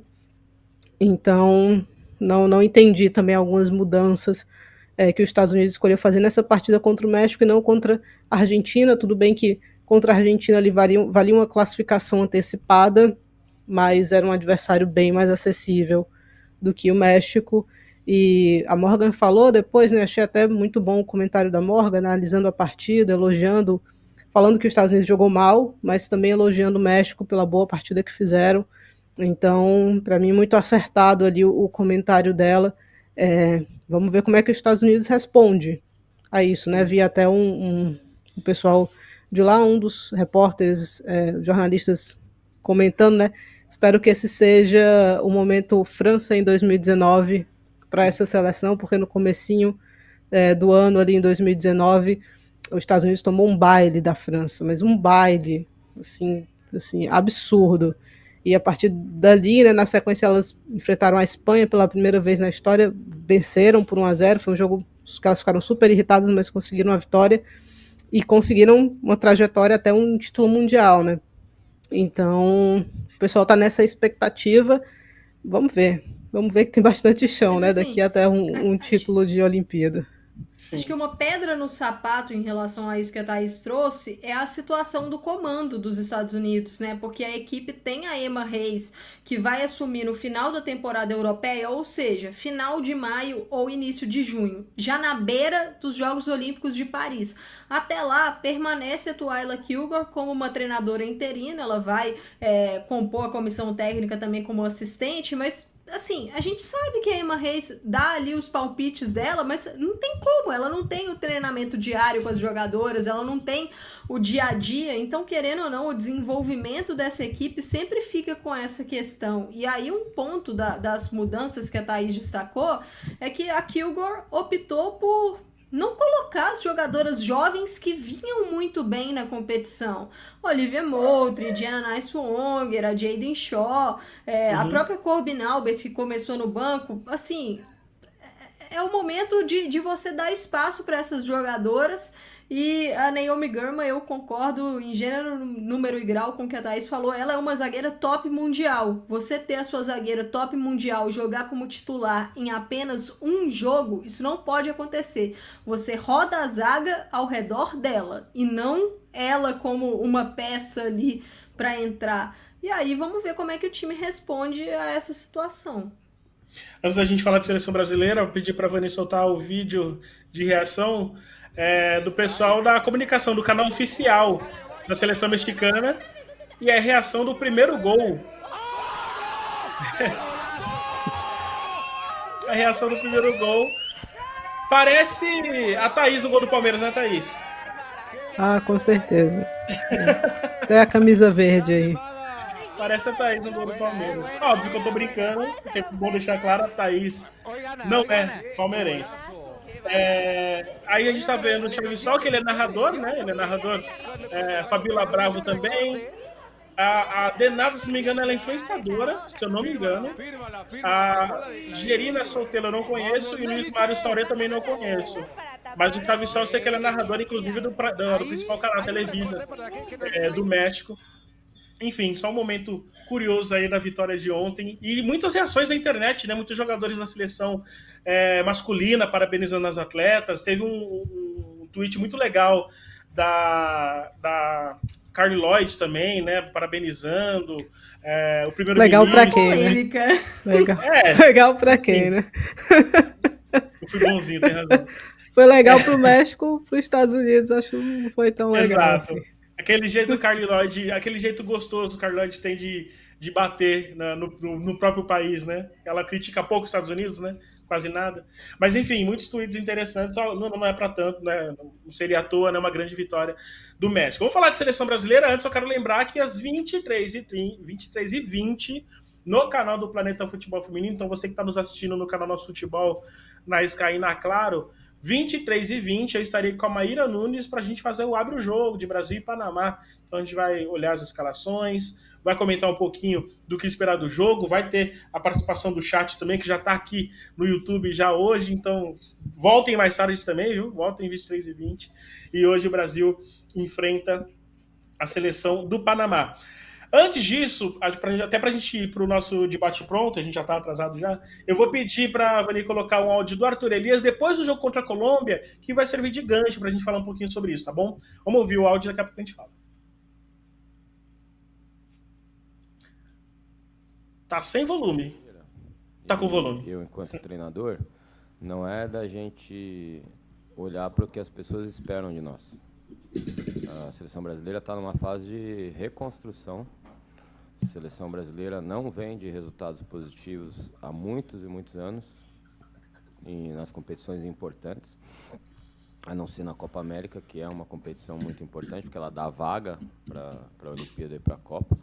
Então, não, não entendi também algumas mudanças é, que os Estados Unidos escolheu fazer nessa partida contra o México e não contra a Argentina. Tudo bem que contra a Argentina ali valia, valia uma classificação antecipada, mas era um adversário bem mais acessível do que o México. E a Morgan falou depois, né, achei até muito bom o comentário da Morgan, analisando a partida, elogiando, falando que os Estados Unidos jogou mal, mas também elogiando o México pela boa partida que fizeram. Então, para mim, muito acertado ali o, o comentário dela. É, vamos ver como é que os Estados Unidos responde a isso, né? Vi até um, um, um pessoal de lá, um dos repórteres, é, jornalistas comentando, né? Espero que esse seja o momento França em dois mil e dezenove para essa seleção, porque no comecinho é, do ano, ali em dois mil e dezenove, os Estados Unidos tomou um baile da França, mas um baile, assim, assim absurdo. E a partir dali, né, na sequência, elas enfrentaram a Espanha pela primeira vez na história, venceram por um a zero, foi um jogo que elas ficaram super irritadas, mas conseguiram a vitória, e conseguiram uma trajetória até um título mundial, né? Então, o pessoal está nessa expectativa, vamos ver, vamos ver que tem bastante chão, mas, né, assim, daqui até um, um título de Olimpíada. Sim. Acho que uma pedra no sapato em relação a isso que a Thaís trouxe é a situação do comando dos Estados Unidos, né? Porque a equipe tem a Emma Hayes, que vai assumir no final da temporada europeia, ou seja, final de maio ou início de junho, já na beira dos Jogos Olímpicos de Paris. Até lá, permanece a Twyla Kilgore como uma treinadora interina, ela vai é, compor a comissão técnica também como assistente, mas assim, a gente sabe que a Emma Hayes dá ali os palpites dela, mas não tem como, ela não tem o treinamento diário com as jogadoras, ela não tem o dia a dia, então, querendo ou não, o desenvolvimento dessa equipe sempre fica com essa questão. E aí um ponto da, das mudanças que a Thaís destacou é que a Kilgore optou por não colocar as jogadoras jovens que vinham muito bem na competição. Olivia Moultrie, Diana Nice-Wonger, a Jaden Shaw, é, uhum. a própria Corbin Albert, que começou no banco. Assim, é, é o momento de, de você dar espaço para essas jogadoras. E a Naomi Girma, eu concordo em gênero, número e grau com o que a Thaís falou, ela é uma zagueira top mundial. Você ter a sua zagueira top mundial e jogar como titular em apenas um jogo, isso não pode acontecer. Você roda a zaga ao redor dela e não ela como uma peça ali para entrar. E aí vamos ver como é que o time responde a essa situação. Antes da gente falar de seleção brasileira, eu pedi para a Vani soltar o vídeo de reação É, do pessoal da comunicação, do canal oficial da seleção mexicana, e a reação do primeiro gol. A reação do primeiro gol. Parece a Thaís no gol do Palmeiras, né, Thaís? Ah, com certeza. Até a camisa verde aí. Parece a Thaís no gol do Palmeiras. Óbvio que eu tô brincando, sempre bom deixar claro, a Thaís não é palmeirense. É, aí a gente tá vendo o Thiago Sol, que ele é narrador, né? Ele é narrador. É, Fabiola Bravo também. A, a Denata, se não me engano, ela é influenciadora, se eu não me engano. A Gerina Solteira eu não conheço e o Luiz Mário Sauré também não conheço. Mas o Thiago Sol eu sei que ele é narrador, inclusive, do, do, do principal canal Televisa é, do México. Enfim, só um momento curioso aí da vitória de ontem. E muitas reações na internet, né? Muitos jogadores da seleção é, masculina parabenizando as atletas. Teve um, um tweet muito legal da, da Carly Lloyd também, né? Parabenizando. É, o primeiro legal ministro. Pra quem, né? Legal. É, legal pra quem, né? Eu fui bonzinho, tem razão. Foi legal pro México, pros Estados Unidos, acho que não foi tão legal. Exato. Assim. Aquele jeito Carly Lloyd, aquele jeito gostoso que o Carly Lloyd tem de, de bater na, no, no próprio país, né? Ela critica pouco os Estados Unidos, né? Quase nada. Mas, enfim, muitos tweets interessantes. Não, não é para tanto, né? Não seria à toa, né? Uma grande vitória do México. Vamos falar de seleção brasileira. Antes, eu quero lembrar que às vinte e três e vinte no canal do Planeta Futebol Feminino, então você que está nos assistindo no canal Nosso Futebol, na Sky e na Claro, vinte e três e vinte eu estarei com a Maíra Nunes para a gente fazer o Abre o Jogo de Brasil e Panamá. Então a gente vai olhar as escalações, vai comentar um pouquinho do que esperar do jogo, vai ter a participação do chat também, que já está aqui no YouTube já hoje, então voltem mais tarde também, viu? Voltem vinte e três e vinte. E hoje o Brasil enfrenta a seleção do Panamá. Antes disso, até para a gente ir para o nosso debate pronto, a gente já está atrasado já, eu vou pedir para a Vani colocar um áudio do Arthur Elias depois do jogo contra a Colômbia, que vai servir de gancho para a gente falar um pouquinho sobre isso, tá bom? Vamos ouvir o áudio, daqui a pouco a gente fala. Tá sem volume. Tá com volume. Eu, enquanto treinador, não é da gente olhar para o que as pessoas esperam de nós. A seleção brasileira está numa fase de reconstrução. A seleção brasileira não vem de resultados positivos há muitos e muitos anos e nas competições importantes, a não ser na Copa América, que é uma competição muito importante, porque ela dá vaga para a Olimpíada e para a Copa.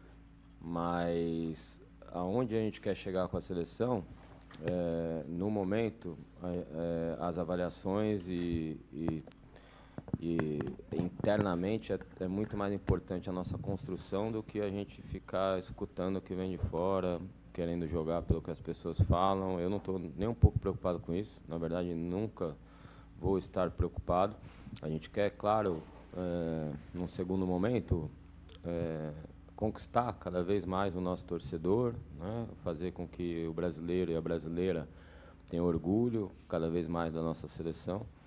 Mas aonde a gente quer chegar com a seleção, é, no momento, é, as avaliações e, e E internamente é, é muito mais importante a nossa construção do que a gente ficar escutando o que vem de fora, querendo jogar pelo que as pessoas falam. Eu não estou nem um pouco preocupado com isso. Na verdade, nunca vou estar preocupado. A gente quer, claro, é, num segundo momento, é, conquistar cada vez mais o nosso torcedor, né? Fazer com que o brasileiro e a brasileira tenham orgulho cada vez mais da nossa seleção.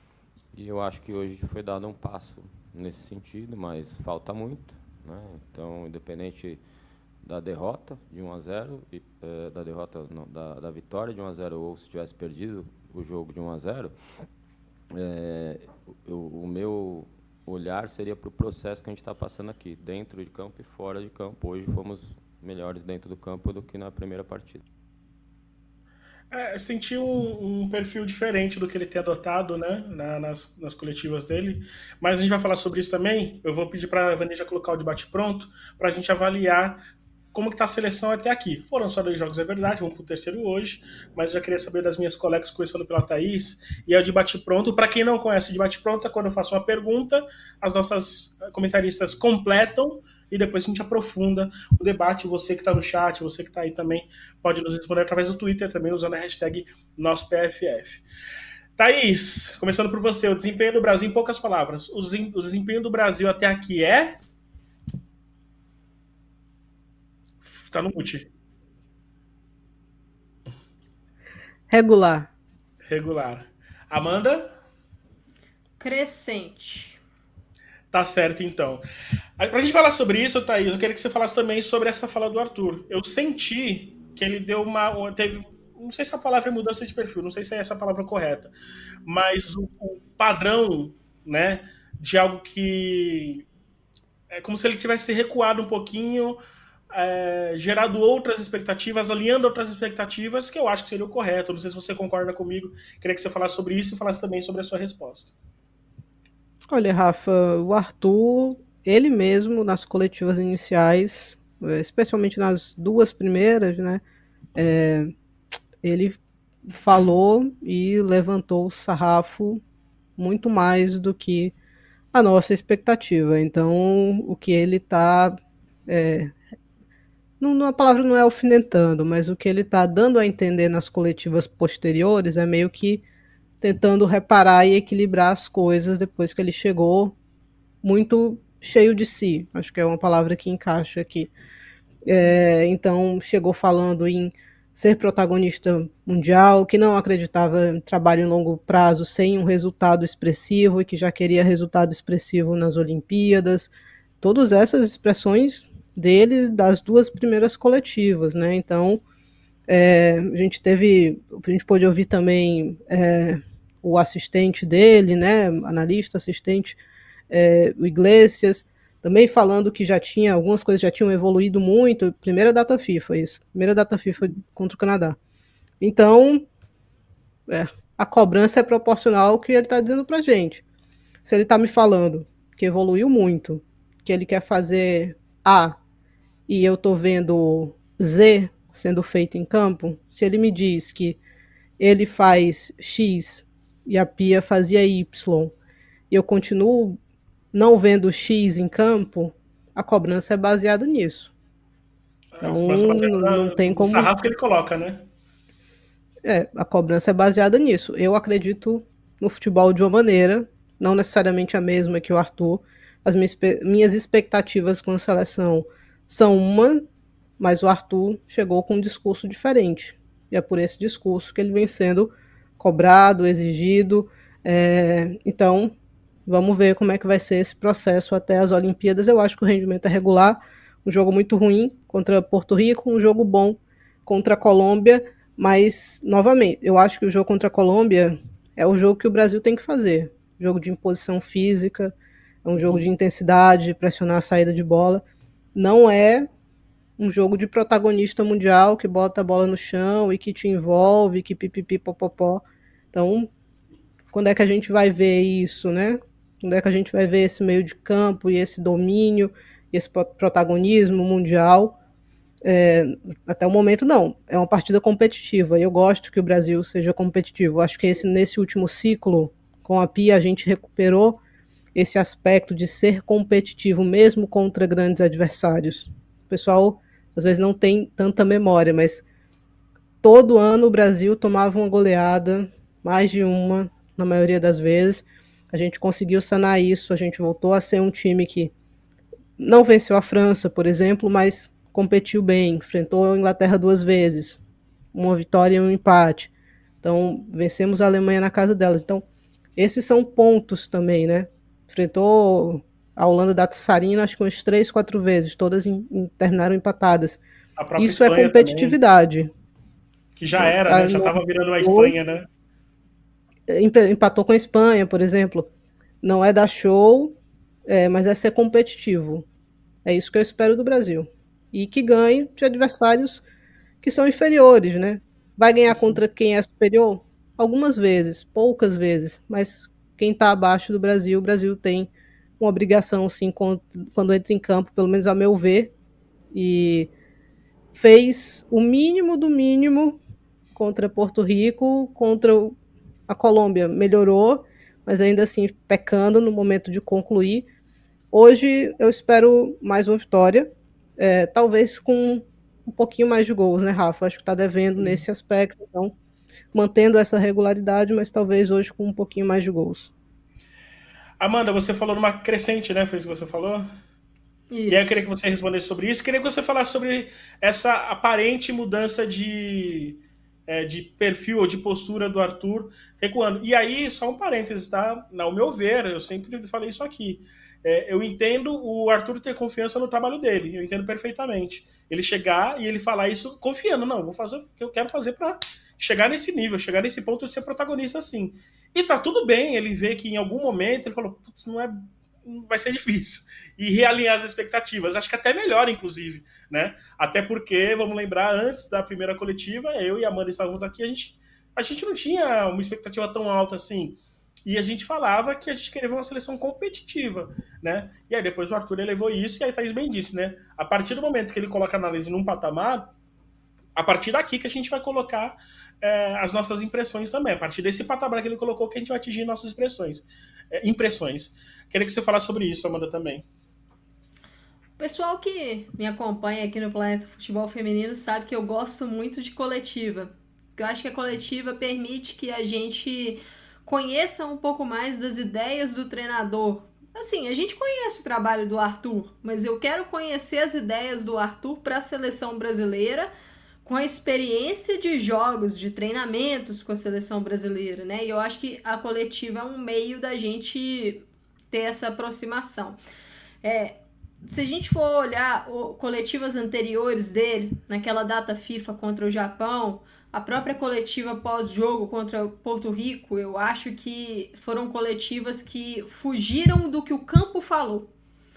E eu acho que hoje foi dado um passo nesse sentido, mas falta muito, né? Então, independente da derrota de um a zero, e, eh, da derrota, não, da, da vitória de um a zero, ou se tivesse perdido o jogo de um a zero, é, o, o meu olhar seria para o processo que a gente está passando aqui, dentro de campo e fora de campo. Hoje fomos melhores dentro do campo do que na primeira partida. É, eu senti um, um perfil diferente do que ele tem adotado, né, na, nas, nas coletivas dele, mas a gente vai falar sobre isso também. Eu vou pedir para a Vanessa colocar o debate pronto para a gente avaliar como que está a seleção até aqui. Foram só dois jogos, é verdade, vamos para o terceiro hoje, mas eu já queria saber das minhas colegas, começando pela Thaís, e é o debate pronto. Para quem não conhece o debate pronto, é quando eu faço uma pergunta, as nossas comentaristas completam, e depois a gente aprofunda o debate. Você que está no chat, você que está aí também, pode nos responder através do Twitter, também usando a hashtag NossoPFF. Thaís, começando por você, o desempenho do Brasil, em poucas palavras, o desempenho do Brasil até aqui é... Tá no mute. Regular. Regular. Amanda? Crescente. Tá certo, então. Pra gente falar sobre isso, Thaís, eu queria que você falasse também sobre essa fala do Arthur. Eu senti que ele deu uma... Teve, não sei se a palavra é mudança de perfil, não sei se é essa a palavra correta, mas o, o padrão, né, de algo que... É como se ele tivesse recuado um pouquinho... É, gerado outras expectativas, alinhando outras expectativas, que eu acho que seria o correto. Não sei se você concorda comigo. Queria que você falasse sobre isso e falasse também sobre a sua resposta. Olha, Rafa, o Arthur, ele mesmo, nas coletivas iniciais, especialmente nas duas primeiras, né, é, ele falou e levantou o sarrafo muito mais do que a nossa expectativa. Então, o que ele está... É, Não, a palavra não é alfinetando, mas o que ele está dando a entender nas coletivas posteriores é meio que tentando reparar e equilibrar as coisas depois que ele chegou muito cheio de si. Acho que é uma palavra que encaixa aqui. É, então, chegou falando em ser protagonista mundial, que não acreditava em trabalho em longo prazo sem um resultado expressivo e que já queria resultado expressivo nas Olimpíadas. Todas essas expressões dele das duas primeiras coletivas, né? Então, é, a gente teve, a gente pôde ouvir também é, o assistente dele, né? Analista, assistente, é, o Iglesias, também falando que já tinha, algumas coisas já tinham evoluído muito. Primeira data FIFA, isso. Primeira data FIFA contra o Canadá. Então, é, a cobrança é proporcional ao que ele está dizendo pra gente. Se ele está me falando que evoluiu muito, que ele quer fazer A, e eu estou vendo Z sendo feito em campo, se ele me diz que ele faz X e a Pia fazia Y, e eu continuo não vendo X em campo, a cobrança é baseada nisso. Então, não, não tem como... O sarrafo que ele coloca, né? É, a cobrança é baseada nisso. Eu acredito no futebol de uma maneira, não necessariamente a mesma que o Arthur. As minhas, minhas expectativas com a seleção são uma, mas o Arthur chegou com um discurso diferente. E é por esse discurso que ele vem sendo cobrado, exigido. É, então, vamos ver como é que vai ser esse processo até as Olimpíadas. Eu acho que o rendimento é regular. Um jogo muito ruim contra Porto Rico, um jogo bom contra a Colômbia. Mas, novamente, eu acho que o jogo contra a Colômbia é o jogo que o Brasil tem que fazer. Jogo de imposição física, é um jogo de intensidade, de pressionar a saída de bola. Não é um jogo de protagonista mundial que bota a bola no chão e que te envolve, que pipipi popopó. Então, quando é que a gente vai ver isso, né? Quando é que a gente vai ver esse meio de campo e esse domínio, esse protagonismo mundial? É, até o momento, não. É uma partida competitiva. E eu gosto que o Brasil seja competitivo. Acho que esse, nesse último ciclo, com a Pia, a gente recuperou esse aspecto de ser competitivo, mesmo contra grandes adversários. O pessoal, às vezes, não tem tanta memória, mas todo ano o Brasil tomava uma goleada, mais de uma, na maioria das vezes. A gente conseguiu sanar isso, a gente voltou a ser um time que não venceu a França, por exemplo, mas competiu bem, enfrentou a Inglaterra duas vezes, uma vitória e um empate. Então, vencemos a Alemanha na casa delas. Então, Esses são pontos também, né? Enfrentou a Holanda da Tsarina acho que umas três, quatro vezes, todas em, em, terminaram empatadas. Isso Espanha é competitividade. Também, que já era, né? Já estava virando a Espanha, né? Empatou com a Espanha, por exemplo. Não é dar show, é, mas é ser competitivo. É isso que eu espero do Brasil. E que ganhe de adversários que são inferiores, né? Vai ganhar Sim. contra quem é superior? Algumas vezes, poucas vezes, mas quem está abaixo do Brasil, o Brasil tem uma obrigação, sim, quando, quando entra em campo, pelo menos a meu ver, e fez o mínimo do mínimo contra Porto Rico, contra a Colômbia, melhorou, mas ainda assim pecando no momento de concluir. Hoje eu espero mais uma vitória, é, talvez com um pouquinho mais de gols, né, Rafa? Acho que está devendo Sim. nesse aspecto, então mantendo essa regularidade, mas talvez hoje com um pouquinho mais de gols. Amanda, você falou numa crescente, né? Foi isso que você falou? Isso. E aí eu queria que você respondesse sobre isso. Queria que você falasse sobre essa aparente mudança de, é, de perfil ou de postura do Arthur recuando. E aí, só um parênteses, tá? Ao meu ver, eu sempre falei isso aqui. É, eu entendo o Arthur ter confiança no trabalho dele. Eu entendo perfeitamente. Ele chegar e ele falar isso confiando. Não, vou fazer o que eu quero fazer para chegar nesse nível, chegar nesse ponto de ser protagonista assim. E tá tudo bem, ele vê que em algum momento ele falou, putz, não é, vai ser difícil. E realinhar as expectativas. Acho que até melhor, inclusive, né? Até porque, vamos lembrar, antes da primeira coletiva, eu e a Amanda estávamos aqui, a gente, a gente não tinha uma expectativa tão alta assim. E a gente falava que a gente queria ver uma seleção competitiva, né? E aí depois o Arthur elevou isso, e aí Thaís bem disse, né? A partir do momento que ele coloca a análise num patamar, a partir daqui que a gente vai colocar é, as nossas impressões também. A partir desse patamar que ele colocou que a gente vai atingir nossas expressões, é, impressões. Queria que você falasse sobre isso, Amanda, também. O pessoal que me acompanha aqui no Planeta Futebol Feminino sabe que eu gosto muito de coletiva. Eu acho que a coletiva permite que a gente conheça um pouco mais das ideias do treinador. Assim, a gente conhece o trabalho do Arthur, mas eu quero conhecer as ideias do Arthur para a seleção brasileira, com a experiência de jogos, de treinamentos com a seleção brasileira, né? E eu acho que a coletiva é um meio da gente ter essa aproximação. É, se a gente for olhar o, coletivas anteriores dele, naquela data FIFA contra o Japão, a própria coletiva pós-jogo contra Porto Rico, eu acho que foram coletivas que fugiram do que o campo falou,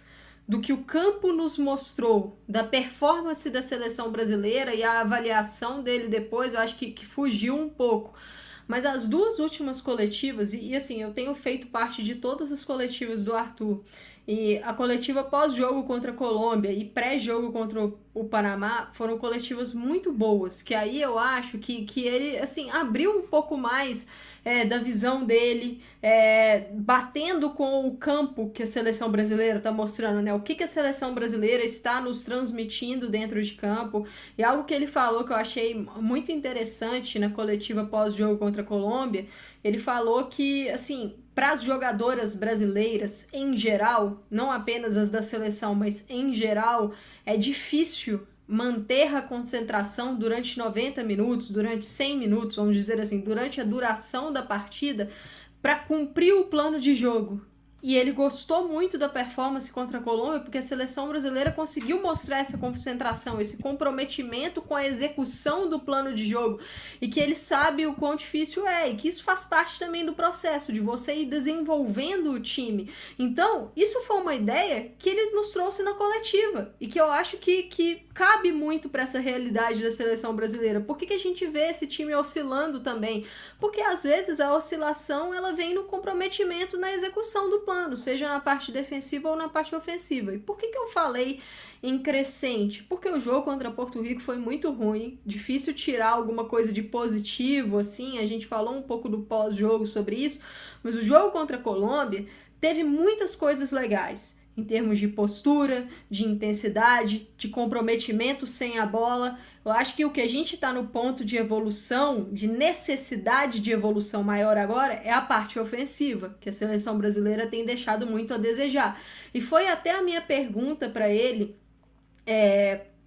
do que o campo nos mostrou, da performance da seleção brasileira e a avaliação dele depois, eu acho que, que fugiu um pouco. Mas as duas últimas coletivas, e, e assim, eu tenho feito parte de todas as coletivas do Arthur, e a coletiva pós-jogo contra a Colômbia e pré-jogo contra o, o Panamá foram coletivas muito boas, que aí eu acho que, que ele, assim, abriu um pouco mais é, da visão dele, é, batendo com o campo que a seleção brasileira está mostrando, né? O que, que a seleção brasileira está nos transmitindo dentro de campo. E algo que ele falou que eu achei muito interessante na coletiva pós-jogo contra a Colômbia, ele falou que, assim, para as jogadoras brasileiras em geral, não apenas as da seleção, mas em geral, é difícil manter a concentração durante noventa minutos, durante cem minutos, vamos dizer assim, durante a duração da partida, para cumprir o plano de jogo. E ele gostou muito da performance contra a Colômbia porque a seleção brasileira conseguiu mostrar essa concentração, esse comprometimento com a execução do plano de jogo e que ele sabe o quão difícil é e que isso faz parte também do processo de você ir desenvolvendo o time. Então, isso foi uma ideia que ele nos trouxe na coletiva e que eu acho que, que cabe muito para essa realidade da seleção brasileira. Por que, que a gente vê esse time oscilando também? Porque às vezes a oscilação ela vem no comprometimento na execução do plano, seja na parte defensiva ou na parte ofensiva. E por que, que eu falei em crescente? Porque o jogo contra Porto Rico foi muito ruim, difícil tirar alguma coisa de positivo, assim, a gente falou um pouco do pós-jogo sobre isso, mas o jogo contra a Colômbia teve muitas coisas legais, em termos de postura, de intensidade, de comprometimento sem a bola. Eu acho que o que a gente está no ponto de evolução, de necessidade de evolução maior agora, é a parte ofensiva, que a seleção brasileira tem deixado muito a desejar. E foi até a minha pergunta para ele, é,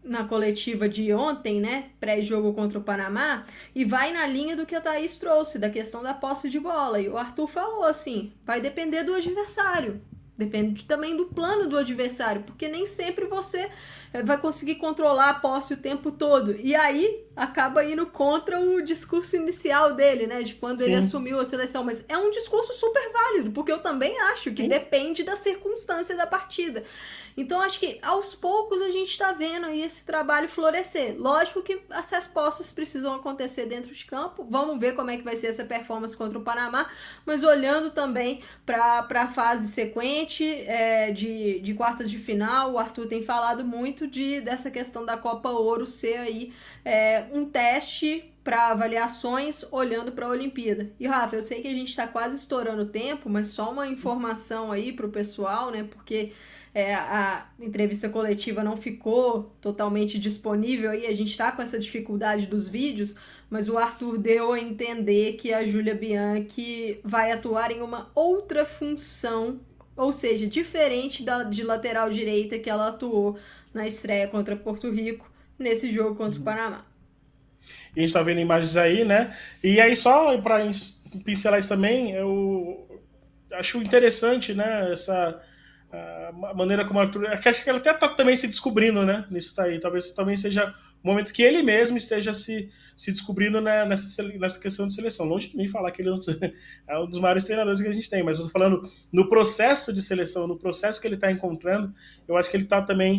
na coletiva de ontem, né, pré-jogo contra o Panamá, e vai na linha do que a Thaís trouxe, da questão da posse de bola. E o Arthur falou assim, vai depender do adversário. Depende também do plano do adversário, porque nem sempre você vai conseguir controlar a posse o tempo todo. E aí acaba indo contra o discurso inicial dele, né? De quando Sim. ele assumiu a seleção. Mas é um discurso super válido, porque eu também acho que Sim. depende da circunstância da partida. Então, acho que aos poucos a gente está vendo aí esse trabalho florescer. Lógico que as respostas precisam acontecer dentro de campo. Vamos ver como é que vai ser essa performance contra o Panamá. Mas olhando também para a fase sequente é, de, de quartas de final, o Arthur tem falado muito de, dessa questão da Copa Ouro ser aí é, um teste para avaliações olhando para a Olimpíada. E, Rafa, eu sei que a gente está quase estourando o tempo, mas só uma informação aí para o pessoal, né? Porque... É, a entrevista coletiva não ficou totalmente disponível aí, a gente está com essa dificuldade dos vídeos, mas o Arthur deu a entender que a Júlia Bianchi vai atuar em uma outra função, ou seja, diferente da, de lateral direita que ela atuou na estreia contra Porto Rico, nesse jogo contra o Panamá. E a gente está vendo imagens aí, né? E aí, só para pincelar isso também, eu acho interessante, né, essa... a maneira como o Arthur... Acho que ela até está também se descobrindo, né? Nisso tá aí. Talvez também seja o momento que ele mesmo esteja se, se descobrindo, né, nessa, nessa questão de seleção. Longe de mim falar que ele é um dos maiores treinadores que a gente tem, mas eu tô falando no processo de seleção, no processo que ele está encontrando, eu acho que ele está também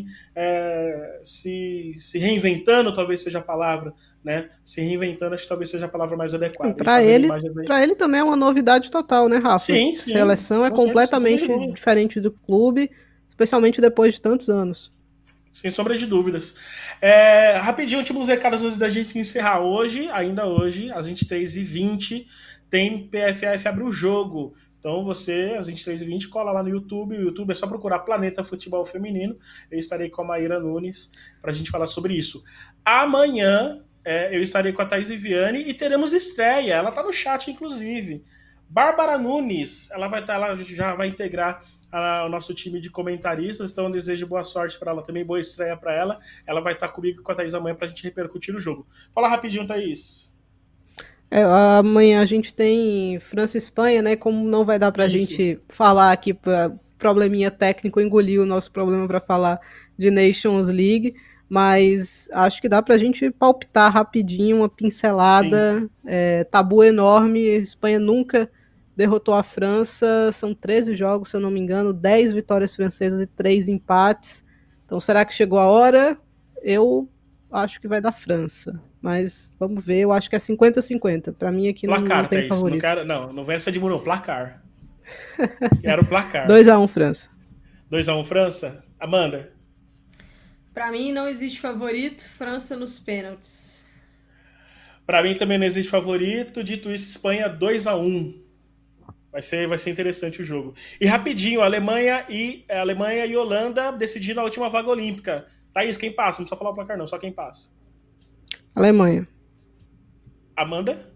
é, se, se reinventando, talvez seja a palavra, né? Se reinventando, acho que talvez seja a palavra mais adequada. Para ele, para ele também é uma novidade total, né, Rafa? Sim, sim. Seleção é completamente certeza, diferente do clube, especialmente depois de tantos anos. Sem sombra de dúvidas. É, rapidinho, últimos recados antes da gente encerrar. Hoje, ainda hoje, às vinte e três e vinte, tem P F A F Abre o Jogo. Então você, às vinte e três e vinte, cola lá no YouTube. O YouTube é só procurar Planeta Futebol Feminino. Eu estarei com a Maíra Nunes para a gente falar sobre isso. Amanhã, é, eu estarei com a Thaís Viviane e teremos estreia. Ela está no chat, inclusive. Bárbara Nunes, ela vai estar, ela já vai integrar o nosso time de comentaristas, então eu desejo boa sorte para ela também, boa estreia para ela. Ela vai estar comigo e com a Thaís amanhã para a gente repercutir o jogo. Fala rapidinho, Thaís. É, amanhã a gente tem França e Espanha, né? Como não vai dar para a gente falar aqui, pra, probleminha técnico, engoliu o nosso problema para falar de Nations League, mas acho que dá para a gente palpitar rapidinho, uma pincelada. É, tabu enorme, a Espanha nunca derrotou a França, são treze jogos, se eu não me engano, dez vitórias francesas e três empates. Então, será que chegou a hora? Eu acho que vai dar França, mas vamos ver, eu acho que é cinquenta a cinquenta. Para mim aqui placar, não, não tem favorito. Não, quero, não, não vem essa de muro, placar. Quero placar. dois a um França. dois a um França? Amanda? Para mim não existe favorito, França nos pênaltis. Para mim também não existe favorito, dito isso, Espanha dois a um. Vai ser, vai ser interessante o jogo. E rapidinho, Alemanha e, Alemanha e Holanda decidindo a última vaga olímpica. Thaís, quem passa? Não precisa falar o placar não, só quem passa. Alemanha. Amanda?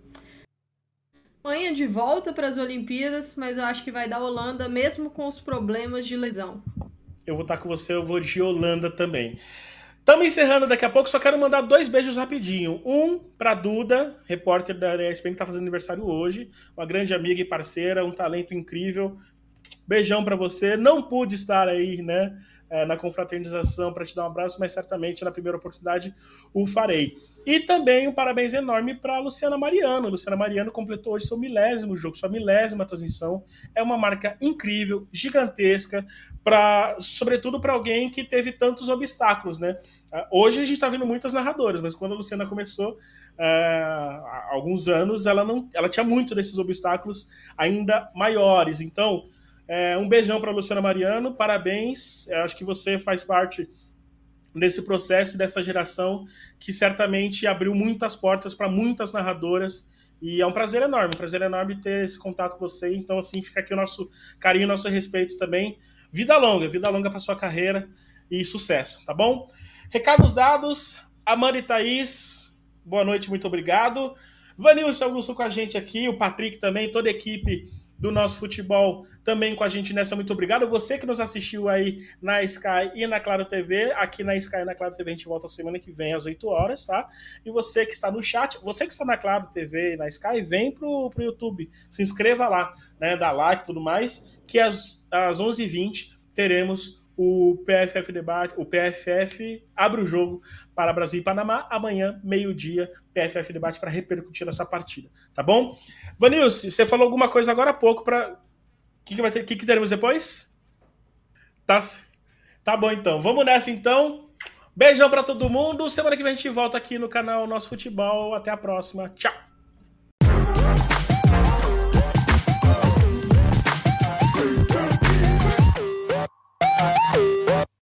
Alemanha de volta para as Olimpíadas, mas eu acho que vai dar Holanda, mesmo com os problemas de lesão. Eu vou estar com você, eu vou de Holanda também. Estamos encerrando daqui a pouco, só quero mandar dois beijos rapidinho. Um para Duda, repórter da E S P N, que está fazendo aniversário hoje. Uma grande amiga e parceira, um talento incrível. Beijão para você. Não pude estar aí, né, na confraternização para te dar um abraço, mas certamente na primeira oportunidade o farei. E também um parabéns enorme para Luciana Mariano. Luciana Mariano completou hoje seu milésimo jogo, sua milésima transmissão. É uma marca incrível, gigantesca, pra, sobretudo para alguém que teve tantos obstáculos, né? Hoje a gente está vendo muitas narradoras, mas quando a Luciana começou, uh, há alguns anos, ela, não, ela tinha muito desses obstáculos ainda maiores. Então, uh, um beijão para a Luciana Mariano, parabéns. Eu acho que você faz parte desse processo, dessa geração que certamente abriu muitas portas para muitas narradoras. E é um prazer enorme, um prazer enorme ter esse contato com você. Então, assim, fica aqui o nosso carinho, nosso respeito também. Vida longa, vida longa para sua carreira e sucesso, tá bom? Recados dados, Amanda e Thaís, boa noite, muito obrigado. Vanilson Augusto com a gente aqui, o Patrick também, toda a equipe do nosso futebol também com a gente nessa. Muito obrigado. Você que nos assistiu aí na Sky e na Claro T V. Aqui na Sky e na Claro T V a gente volta semana que vem às oito horas, tá? E você que está no chat, você que está na Claro T V e na Sky, vem pro, pro YouTube. Se inscreva lá, né? Dá like e tudo mais, que às, às onze e vinte teremos o P F F Debate, o P F F abre o jogo para Brasil e Panamá. Amanhã, meio-dia, P F F Debate para repercutir essa partida, tá bom? Vanilson, você falou alguma coisa agora há pouco para o que, que vai ter, que, que teremos depois? Tá, tá bom então. Vamos nessa então. Beijão para todo mundo. Semana que vem a gente volta aqui no canal Nosso Futebol. Até a próxima. Tchau.